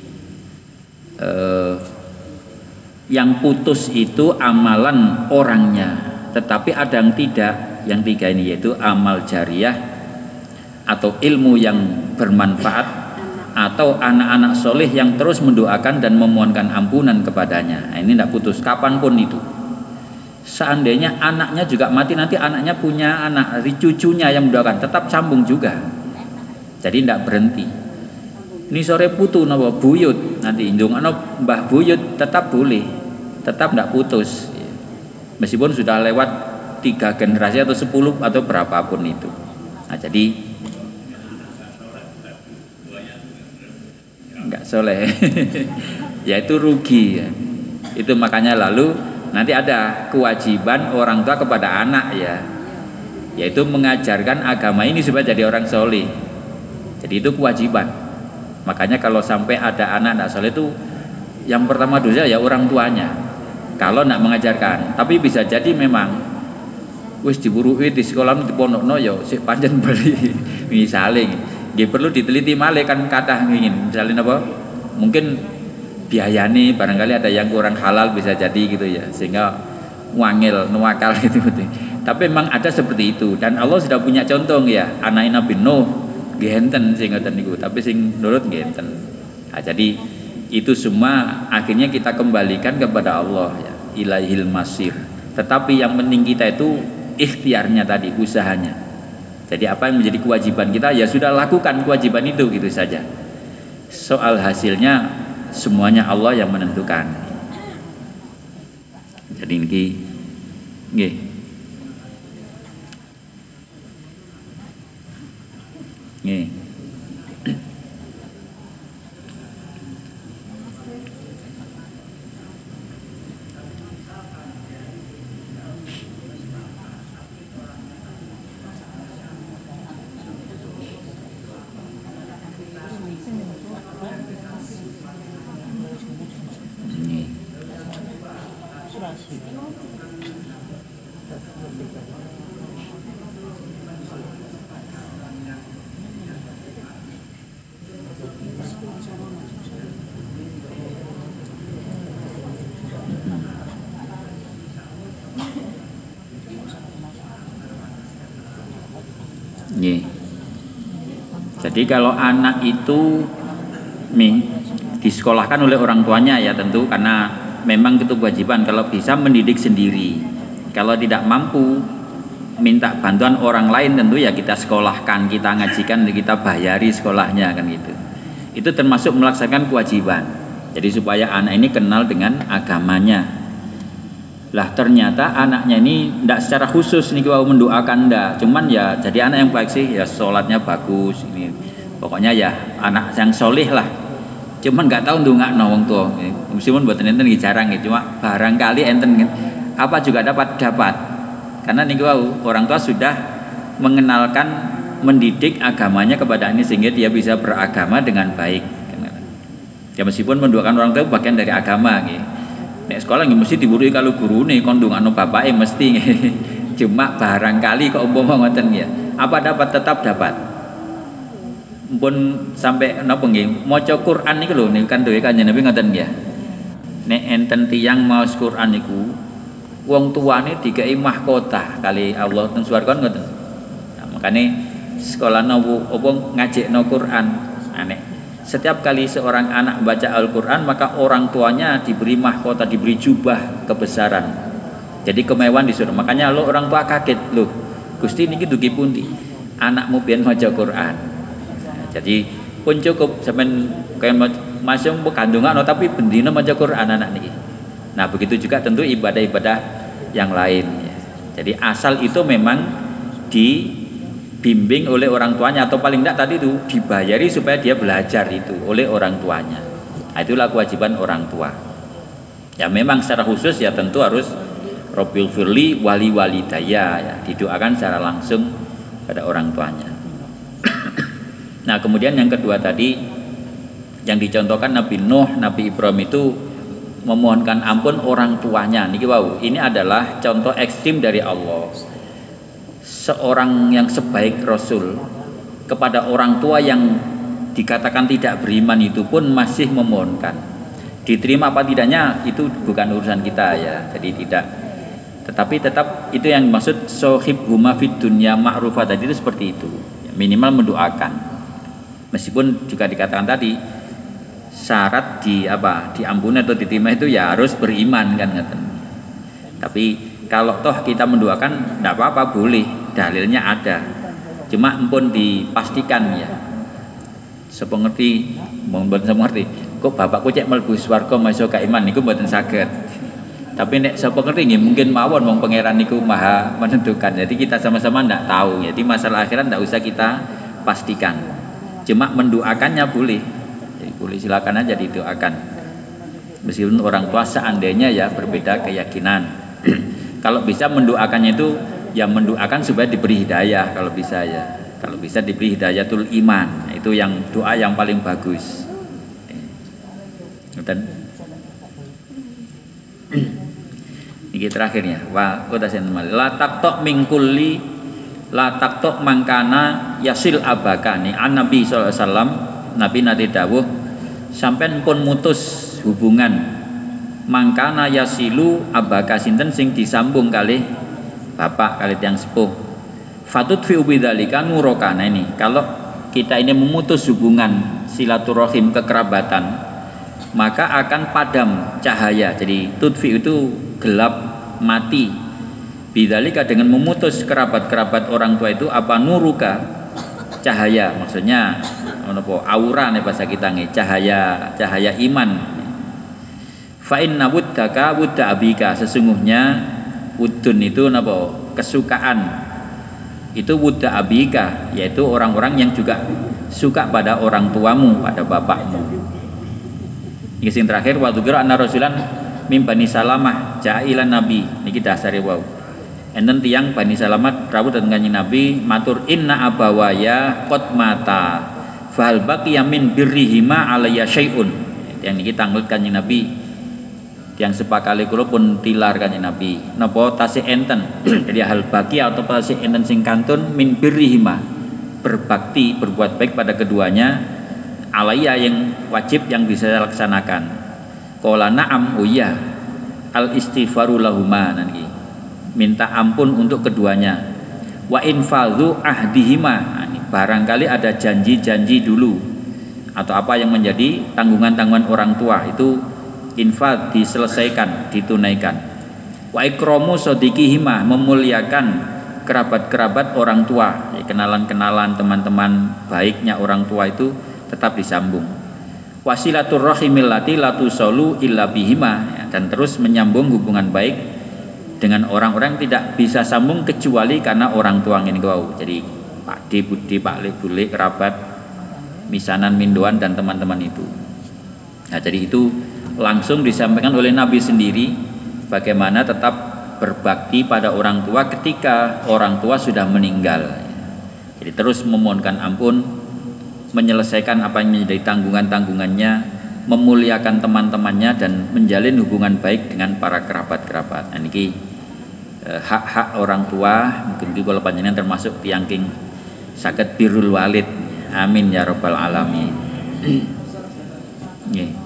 yang putus itu amalan orangnya, tetapi ada yang tidak. Yang 3 ini yaitu amal jariyah atau ilmu yang bermanfaat, atau anak-anak soleh yang terus mendoakan dan memohonkan ampunan kepadanya. Nah, ini tidak putus kapanpun itu. Seandainya anaknya juga mati, nanti anaknya punya anak, cucunya yang mendoakan, tetap sambung juga. Jadi tidak berhenti. Ini sore putu napa buyut, nanti indungano mbah buyut tetap boleh, tetap tidak putus. Meskipun sudah lewat 3 generasi atau 10 atau berapapun itu. Nah, jadi enggak soleh. Ya itu rugi ya. Itu makanya lalu nanti ada kewajiban orang tua kepada anak ya, yaitu mengajarkan agama ini supaya jadi orang soleh. Jadi itu kewajiban. Makanya kalau sampai ada anak tidak soleh itu yang pertama dosa ya orang tuanya. Kalau tidak mengajarkan, tapi bisa jadi memang wis diburuhi di sekolah di pondokno ya sik pancen beli misale nggih perlu diteliti malih kan kathah ngingin misalnya apa mungkin biayane barangkali ada yang kurang halal bisa jadi gitu ya, sehingga wangil nuwakal gitu. Tapi memang ada seperti itu dan Allah sudah punya contoh ya, anak Nabi Nuh nggih enten sing ngoten niku, tapi sing nurut nggih enten. Nah, jadi itu semua akhirnya kita kembalikan kepada Allah ya, ilaihil masir. Tetapi yang penting kita itu ikhtiarnya tadi, usahanya. Jadi apa yang menjadi kewajiban kita ya sudah lakukan kewajiban itu gitu saja. Soal hasilnya semuanya Allah yang menentukan. Jadi ini nggih. Nggih. Jadi kalau anak itu disekolahkan oleh orang tuanya ya tentu karena memang itu kewajiban kalau bisa mendidik sendiri. Kalau tidak mampu minta bantuan orang lain tentu ya kita sekolahkan, kita ngajikan, kita bayari sekolahnya kan gitu. Itu termasuk melaksanakan kewajiban. Jadi supaya anak ini kenal dengan agamanya. Lah ternyata anaknya ini tidak secara khusus nih kalau mendoakan ndak, cuman ya jadi anak yang baik sih, ya sholatnya bagus ini, pokoknya ya anak yang soleh lah. Cuman nggak tahu ndongakno wong tua, meskipun buat enten jarang gitu, cuma barangkali enten apa juga dapat karena nih orang tua sudah mengenalkan, mendidik agamanya kepada ini sehingga dia bisa beragama dengan baik. Ya meskipun mendoakan orang tua bagian dari agama gitu. Nek sekolah nggih mesti diburi kalau gurune kon ndongakno bapake mesti. Cuma barangkali kok umpama ngoten ya. Apa dapat tetap dapat. Pun sampai napa nggih maca Quran niku lho niku kan duwe Kanjeng Nabi ngoten nggih. Nek enten tiyang maos Quran niku wong tuane dikei mahkota kali Allah teng swarga ngoten. Nah, makane sekolah nopo apa ngajekno Quran. Nek setiap kali seorang anak baca Al-Quran maka orang tuanya diberi mahkota, diberi jubah kebesaran. Jadi kemewahan disuruh. Makanya lo orang tua kaget loh. Gusti niki dugi pundi? Anakmu biyen maca Quran. Nah, jadi pun cukup sampean kaya masih kandungan tapi bendina maca Quran anak niki. Nah begitu juga tentu ibadah-ibadah yang lain. Jadi asal itu memang dibimbing oleh orang tuanya atau paling tidak tadi itu dibayari supaya dia belajar itu oleh orang tuanya. Nah, itulah kewajiban orang tua. Ya memang secara khusus ya tentu harus Rabbil firli wali walidaya ya, didoakan secara langsung pada orang tuanya. Nah kemudian yang kedua tadi yang dicontohkan Nabi Nuh, Nabi Ibrahim itu memohonkan ampun orang tuanya. Niki wow, ini adalah contoh ekstrim dari Allah. Seorang yang sebaik Rasul kepada orang tua yang dikatakan tidak beriman itu pun masih memohonkan. Diterima apa tidaknya itu bukan urusan kita ya. Jadi tidak. Tetapi tetap itu yang dimaksud sohibhuma fid dunya ma'rufah tadi itu seperti itu. Minimal mendoakan. Meskipun juga dikatakan tadi syarat diampuni atau diterima itu ya harus beriman kan ngaten. Tapi kalau toh kita mendoakan tidak apa-apa boleh, dalilnya ada. Cuma pun dipastikan ya. Sepengerti, mboten sepengerti. Kok bapakku cek mlebu swarga masuk ka iman niku mboten saged. Tapi nek sapa ngerti nggih mungkin mawon wong pangeran niku maha menentukan. Jadi kita sama-sama ndak tahu. Jadi masalah akhirat ndak usah kita pastikan. Cuma mendoakannya boleh. Jadi boleh silakan aja didoakan. Meskipun orang tua seandainya ya berbeda keyakinan. Kalau bisa mendoakannya itu ya mendoakan supaya diberi hidayah kalau bisa ya. Kalau bisa diberi hidayatul iman. Itu yang doa yang paling bagus. Dan ini terakhirnya wa qadasen la taqta min kulli la taqta mangkana yasil abakani an Nabi sallallahu alaihi wasallam. Nabi nate dawuh sampean pun mutus hubungan mangkana yasilu abaka sinten sing disambung kalih bapak kalih tiyang sepuh fatut fi bidzalika nurokana. Ini kalau kita ini memutus hubungan silaturahim kekerabatan maka akan padam cahaya. Jadi tutfi itu gelap mati. Bidzalika dengan memutus kerabat-kerabat orang tua itu apa nuruka cahaya, maksudnya apa aura nih bahasa kita nih, cahaya iman. Fa inna wuddaka wudda abika, sesungguhnya wudun itu napa kesukaan itu wudda abika, yaitu orang-orang yang juga suka pada orang tuamu, pada bapakmu. Ini yang terakhir waktu kira anna rasulan mim Bani Salamah jailan nabi niki dasare wau. Enten tiyang Bani Salamah rawuh dhateng Kanjeng Nabi matur inna abawaya qad mata fahal baqiya min birrihima alayya syai'un. Yang niki tanglet Kanjeng Nabi Tiang sepakali kula pun tilar Kanjeng Nabi. Napa tasih enten jadi hal baki atau tasih enten sing kantun min birrihima, berbakti berbuat baik pada keduanya, alaiya yang wajib yang bisa saya laksanakan. Qala na'am, oh iya, al istighfaru lahuma nanti minta ampun untuk keduanya, wa infadhu ahdihima, barangkali ada janji-janji dulu atau apa yang menjadi tanggungan-tanggungan orang tua itu infad diselesaikan, ditunaikan. Wa ikramu sadiqihima, memuliakan kerabat-kerabat orang tua, ya, kenalan-kenalan teman-teman baiknya orang tua itu tetap disambung. Wasilatur rahimil lati latusolu illa bihima, ya, dan terus menyambung hubungan baik dengan orang-orang tidak bisa sambung kecuali karena orang tua ngene wau. Jadi Pak D, Budi, Pak Le, Bule, kerabat, misanan, mindoan dan teman-teman itu. Nah, jadi itu langsung disampaikan oleh Nabi sendiri bagaimana tetap berbakti pada orang tua ketika orang tua sudah meninggal. Jadi terus memohonkan ampun, menyelesaikan apa yang menjadi tanggungan-tanggungannya, memuliakan teman-temannya dan menjalin hubungan baik dengan para kerabat-kerabat. Nah, ini hak-hak orang tua, mungkin kalau panjenengan termasuk tiyangking saged birrul walid. Amin ya rabbal alamin. Nggih.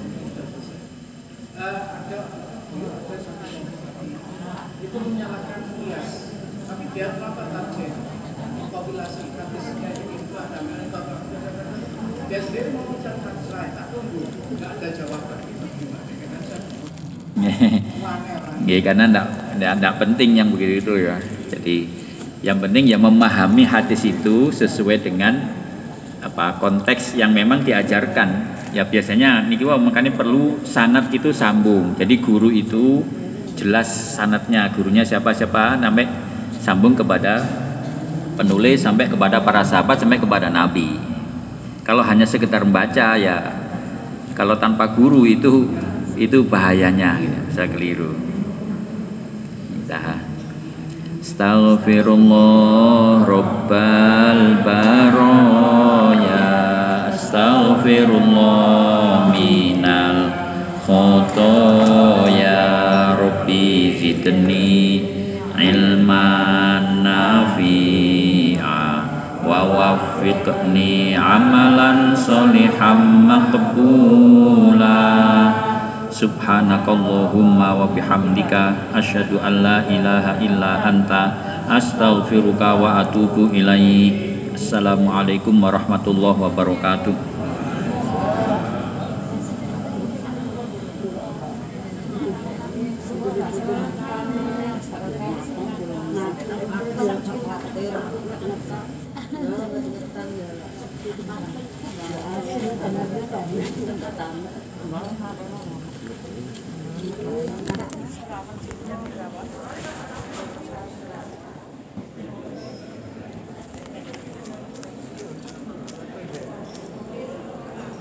Itu menyalahkan kias, tapi dia apa target populasi kasusnya itu ada dia sendiri mengucapkan saya tak tunggu, nggak ada jawaban itu gimana? Karena enggak penting yang begitu ya. Jadi yang penting ya memahami hadis itu sesuai dengan apa konteks yang memang diajarkan. Ya biasanya niki makanya perlu sanad itu sambung. Jadi guru itu jelas sanadnya, gurunya siapa sampai sambung kepada penulis, sampai kepada para sahabat, sampai kepada Nabi. Kalau hanya sekedar membaca ya, kalau tanpa guru itu bahayanya, bisa keliru. Astaghfirullah Rabbal baraya, astaghfirullah minal khotoya, Rabbi zidni ilman nafi'a wa waffiqni amalan sholihan maqbula. Subhanakallahumma wa bihamdika asyhadu an la ilaha illa anta astaghfiruka wa atubu ilaik. Assalamualaikum warahmatullahi wabarakatuh. Nah,